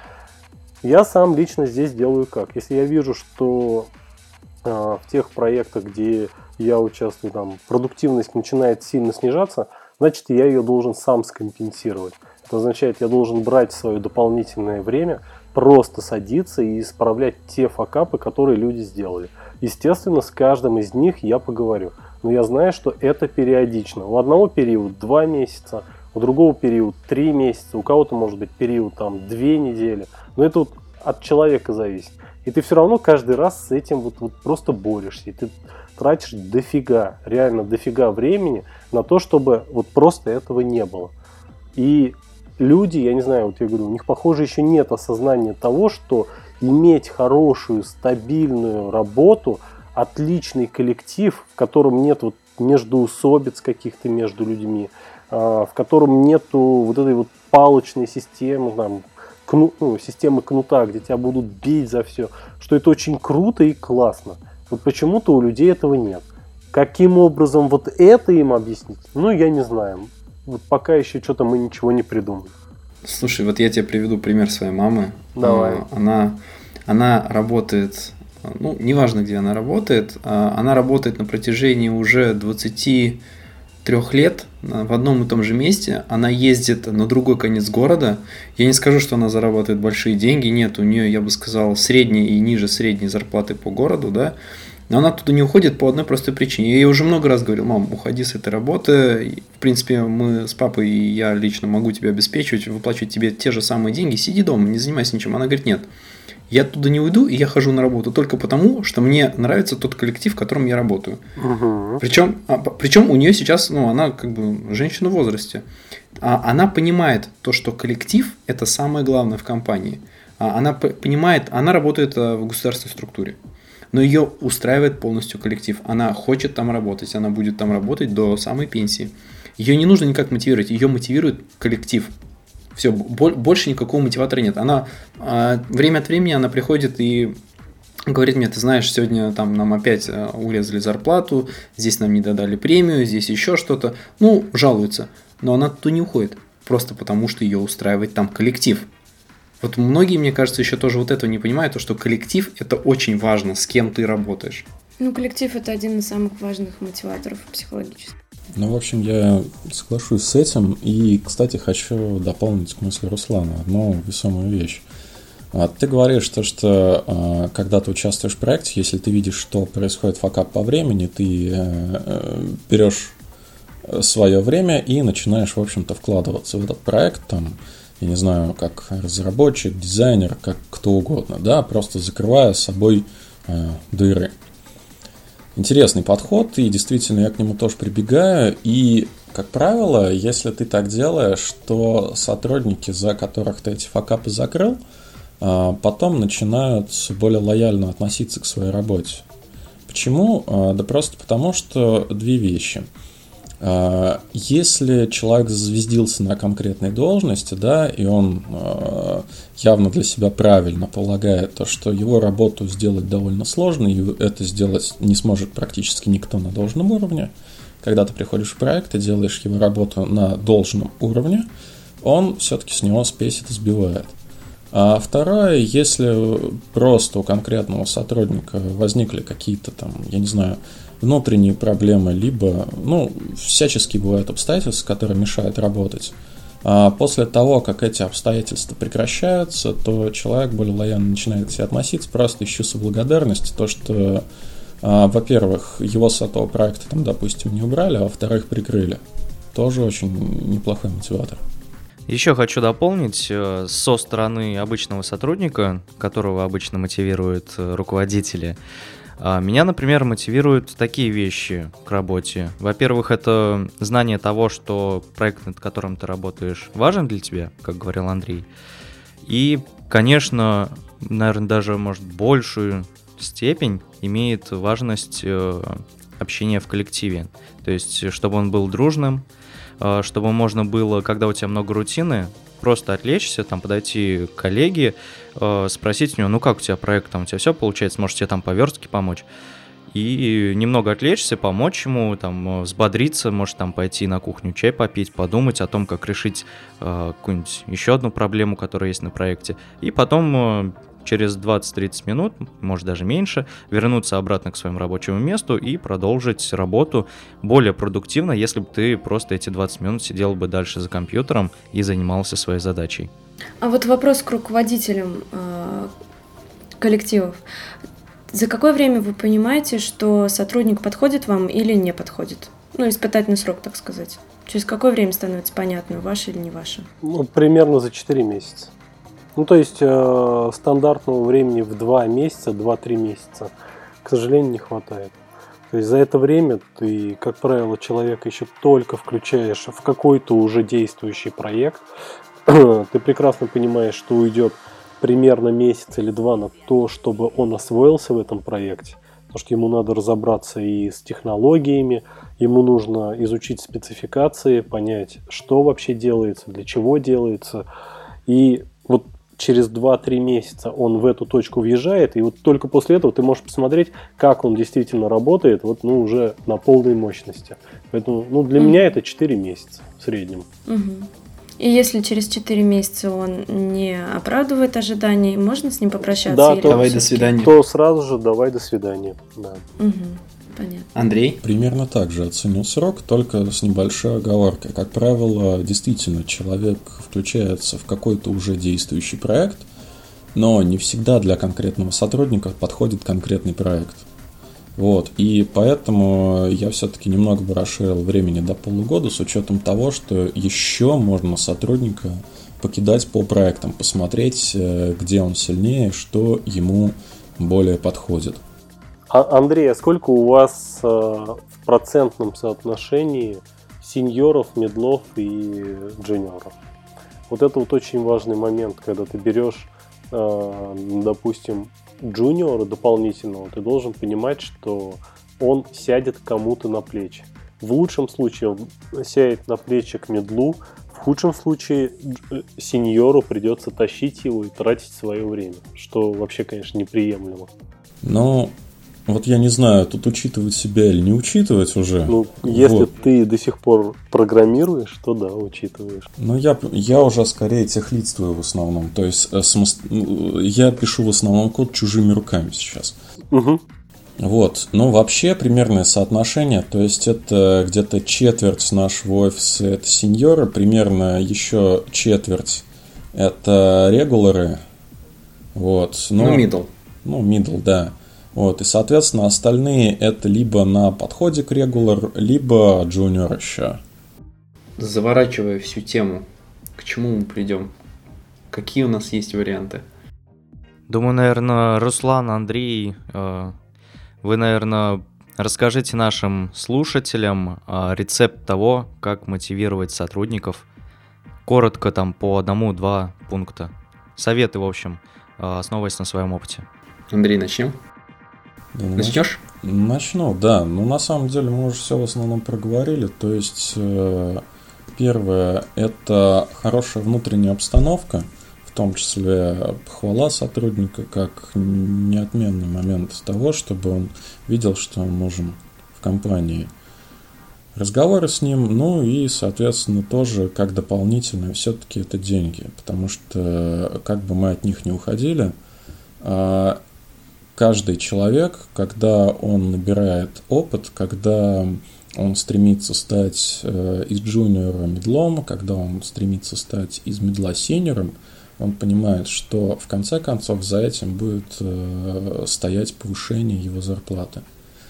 Я сам лично здесь делаю как? Если я вижу, что э, в тех проектах, где я участвую, там продуктивность начинает сильно снижаться, значит, я ее должен сам скомпенсировать. Это означает, я должен брать свое дополнительное время, просто садиться и исправлять те факапы, которые люди сделали. Естественно, с каждым из них я поговорю. Но я знаю, что это периодично. У одного период два месяца, у другого период три месяца, у кого-то может быть период там две недели. Но это вот от человека зависит. И ты все равно каждый раз с этим вот, вот просто борешься. И ты тратишь дофига, реально дофига времени на то, чтобы вот просто этого не было. И люди, я не знаю, вот я говорю, у них, похоже, еще нет осознания того, что иметь хорошую, стабильную работу, отличный коллектив, в котором нет вот междоусобиц каких-то между людьми, в котором нету вот этой вот палочной системы, там, кну, ну, системы кнута, где тебя будут бить за все, что это очень круто и классно. Вот почему-то у людей этого нет. Каким образом вот это им объяснить? Ну, я не знаю. Вот пока еще что-то мы ничего не придумали.
Слушай, вот я тебе приведу пример своей мамы.
Давай.
Она, она работает, ну, неважно, где она работает, она работает на протяжении уже двадцати трёх лет в одном и том же месте. Она ездит на другой конец города. Я не скажу, что она зарабатывает большие деньги. Нет, у нее, я бы сказал, средние и ниже средней зарплаты по городу, да. Но она оттуда не уходит по одной простой причине. Я ей уже много раз говорил: мам, уходи с этой работы. В принципе, мы с папой и я лично могу тебя обеспечивать, выплачивать тебе те же самые деньги. Сиди дома, не занимайся ничем. Она говорит: нет, я оттуда не уйду, и я хожу на работу только потому, что мне нравится тот коллектив, в котором я работаю. Угу. Причем, а, причем у нее сейчас, ну, она как бы женщина в возрасте. А, она понимает то, что коллектив – это самое главное в компании. А, она понимает, она работает в государственной структуре. Но ее устраивает полностью коллектив. Она хочет там работать, она будет там работать до самой пенсии. Ее не нужно никак мотивировать, ее мотивирует коллектив. Все, больше никакого мотиватора нет. Она время от времени она приходит и говорит мне: ты знаешь, сегодня там нам опять урезали зарплату, здесь нам не додали премию, здесь еще что-то. Ну, жалуется. Но она туда не уходит, просто потому что ее устраивает там коллектив. Вот многие, мне кажется, еще тоже вот этого не понимают, то, что коллектив – это очень важно, с кем ты работаешь.
Ну, коллектив – это один из самых важных мотиваторов психологически.
Ну, в общем, я соглашусь с этим. И, кстати, хочу дополнить к мысли Руслана одну весомую вещь. Ты говоришь, то, что когда ты участвуешь в проекте, если ты видишь, что происходит факап по времени, ты берешь свое время и начинаешь, в общем-то, вкладываться в этот проект, там, я не знаю, как разработчик, дизайнер, как кто угодно, да, просто закрывая с собой э, дыры. Интересный подход, и действительно я к нему тоже прибегаю, и, как правило, если ты так делаешь, то сотрудники, за которых ты эти факапы закрыл, э, потом начинают более лояльно относиться к своей работе. Почему? Э, да просто потому, что две вещи. Если человек зазвездился на конкретной должности, да, и он явно для себя правильно полагает то, что его работу сделать довольно сложно, и это сделать не сможет практически никто на должном уровне, когда ты приходишь в проект и делаешь его работу на должном уровне, он все-таки с него спесит и сбивает. А второе, если просто у конкретного сотрудника возникли какие-то там, я не знаю, внутренние проблемы, либо, ну, всяческие бывают обстоятельства, которые мешают работать. А после того, как эти обстоятельства прекращаются, то человек более лояльно начинает к себе относиться, просто из чувства благодарности, то, что, а, во-первых, его с этого проекта, там, допустим, не убрали, а во-вторых, прикрыли. Тоже очень неплохой мотиватор.
Еще хочу дополнить, со стороны обычного сотрудника, которого обычно мотивируют руководители, меня, например, мотивируют такие вещи к работе. Во-первых, это знание того, что проект, над которым ты работаешь, важен для тебя, как говорил Андрей. И, конечно, наверное, даже, может, большую степень имеет важность общения в коллективе. То есть, чтобы он был дружным, чтобы можно было, когда у тебя много рутины, просто отвлечься, там, подойти к коллеге, э, спросить у него, ну как у тебя проект, там, у тебя все получается, может тебе там по верстке помочь, и немного отвлечься, помочь ему, там, взбодриться, может там пойти на кухню чай попить, подумать о том, как решить э, какую-нибудь еще одну проблему, которая есть на проекте, и потом э, через двадцать-тридцать минут, может даже меньше, вернуться обратно к своему рабочему месту и продолжить работу более продуктивно, если бы ты просто эти двадцать минут сидел бы дальше за компьютером и занимался своей задачей.
А вот вопрос к руководителям э, коллективов. За какое время вы понимаете, что сотрудник подходит вам или не подходит? Ну, испытательный срок, так сказать. Через какое время становится понятно, ваше или не ваше?
Ну, примерно за четыре месяца. Ну, то есть э, стандартного времени в два месяца, два-три месяца, к сожалению, не хватает. То есть за это время ты, как правило, человека еще только включаешь в какой-то уже действующий проект. Ты прекрасно понимаешь, что уйдет примерно месяц или два на то, чтобы он освоился в этом проекте. Потому что ему надо разобраться и с технологиями, ему нужно изучить спецификации, понять, что вообще делается, для чего делается. И вот через два-три месяца он в эту точку въезжает, и вот только после этого ты можешь посмотреть, как он действительно работает, вот, ну, уже на полной мощности. Поэтому, ну, для mm-hmm. меня это четыре месяца в среднем.
Mm-hmm. И если через четыре месяца он не оправдывает ожиданий, можно с ним попрощаться?
Да,
или
то давай до свидания.
То сразу же давай до свидания. Да.
Угу, понятно.
Андрей?
Примерно так же оценил срок, только с небольшой оговоркой. Как правило, действительно, человек включается в какой-то уже действующий проект, но не всегда для конкретного сотрудника подходит конкретный проект. Вот, и поэтому я все-таки немного бы расширил времени до полугода с учетом того, что еще можно сотрудника покидать по проектам, посмотреть, где он сильнее, что ему более подходит.
А, Андрей, а сколько у вас э, в процентном соотношении сеньоров, медлов и джуниоров? Вот это вот очень важный момент, когда ты берешь, э, допустим, джуниора дополнительного, ты должен понимать, что он сядет кому-то на плечи. В лучшем случае он сядет на плечи к медлу, в худшем случае сеньору придется тащить его и тратить свое время, что вообще, конечно, неприемлемо.
Ну, вот я не знаю, тут учитывать себя или не учитывать уже.
Ну, если
вот.
Ты до сих пор программируешь, то да, учитываешь.
Ну, я, я уже скорее техлидствую в основном. То есть самост... я пишу в основном код чужими руками сейчас.
Угу.
Вот. Ну, вообще примерное соотношение. То есть это где-то четверть нашего офиса это сеньоры, примерно еще четверть это регуляры. Вот.
Ну, ну middle.
Ну, middle, да. Вот, и, соответственно, остальные это либо на подходе к регуляр, либо джуниор еще.
Заворачивая всю тему, к чему мы придем? Какие у нас есть варианты?
Думаю, наверное, Руслан, Андрей, вы, наверное, расскажите нашим слушателям рецепт того, как мотивировать сотрудников. Коротко там по одному-два пункта. Советы, в общем, основываясь на своем опыте.
Андрей, начнем?
Да,
Начнешь?
Начну, да. Ну, на самом деле, мы уже все в основном проговорили. То есть, э, первое – это хорошая внутренняя обстановка, в том числе похвала сотрудника как неотменный момент того, чтобы он видел, что он нужен в компании. Разговоры с ним, ну и, соответственно, тоже как дополнительное все-таки это деньги, потому что как бы мы от них не уходили, каждый человек, когда он набирает опыт, когда он стремится стать из джуниора мидлом, когда он стремится стать из мидла синьором, он понимает, что в конце концов за этим будет стоять повышение его зарплаты.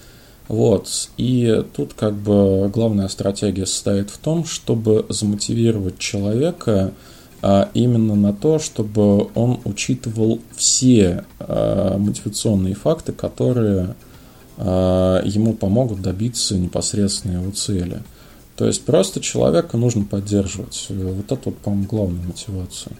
Вот. И тут как бы главная стратегия состоит в том, чтобы замотивировать человека а, именно на то, чтобы он учитывал все а, мотивационные факты, которые а, ему помогут добиться непосредственно его цели. То есть просто человека нужно поддерживать. Вот это, вот, по-моему, главная мотивация.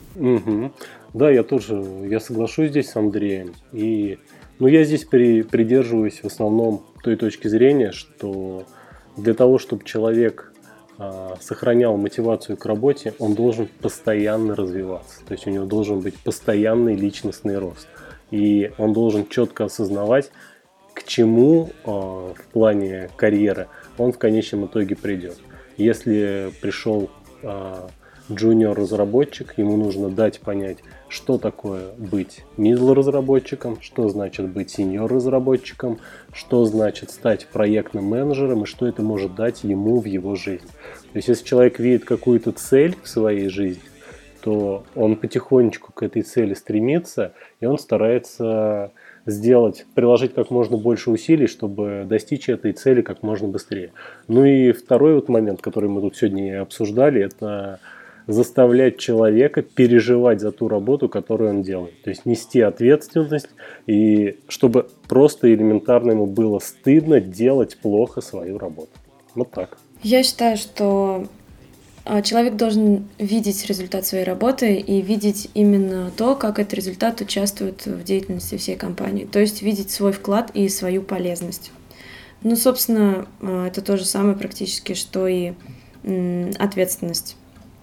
Угу. Да, я тоже, я соглашусь здесь с Андреем. И, ну, я здесь при, придерживаюсь в основном той точки зрения, что для того, чтобы человек а, сохранял мотивацию к работе, он должен постоянно развиваться. То есть у него должен быть постоянный личностный рост. И он должен четко осознавать, к чему а, в плане карьеры он в конечном итоге придет. Если пришел а, джуниор-разработчик, ему нужно дать понять, что такое быть мидл-разработчиком, что значит быть сеньор-разработчиком, что значит стать проектным менеджером и что это может дать ему в его жизни. То есть, если человек видит какую-то цель в своей жизни, то он потихонечку к этой цели стремится, и он старается сделать, приложить как можно больше усилий, чтобы достичь этой цели как можно быстрее. Ну и второй вот момент, который мы тут сегодня обсуждали, это заставлять человека переживать за ту работу, которую он делает. То есть нести ответственность, и чтобы просто элементарно ему было стыдно делать плохо свою работу. Вот так.
Я считаю, что человек должен видеть результат своей работы и видеть именно то, как этот результат участвует в деятельности всей компании. То есть видеть свой вклад и свою полезность. Ну, собственно, это то же самое практически, что и ответственность.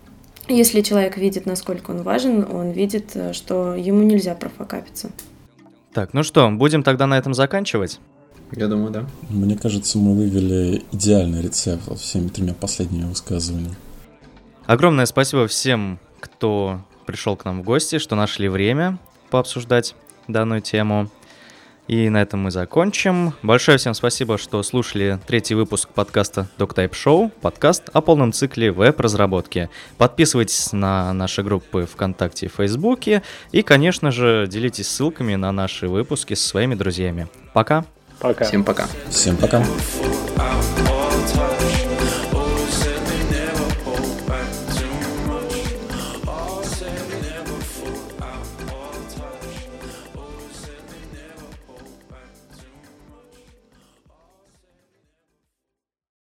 Если человек видит, насколько он важен, он видит, что ему нельзя профокапиться.
Так, ну что, будем тогда на этом заканчивать?
Я думаю, да.
Мне кажется, мы вывели идеальный рецепт всеми тремя последними высказываниями.
Огромное спасибо всем, кто пришел к нам в гости, что нашли время пообсуждать данную тему. И на этом мы закончим. Большое всем спасибо, что слушали третий выпуск подкаста DocType Show, подкаст о полном цикле веб-разработки. Подписывайтесь на наши группы ВКонтакте и Фейсбуке. И, конечно же, делитесь ссылками на наши выпуски со своими друзьями. Пока.
Пока. Всем пока.
Всем пока.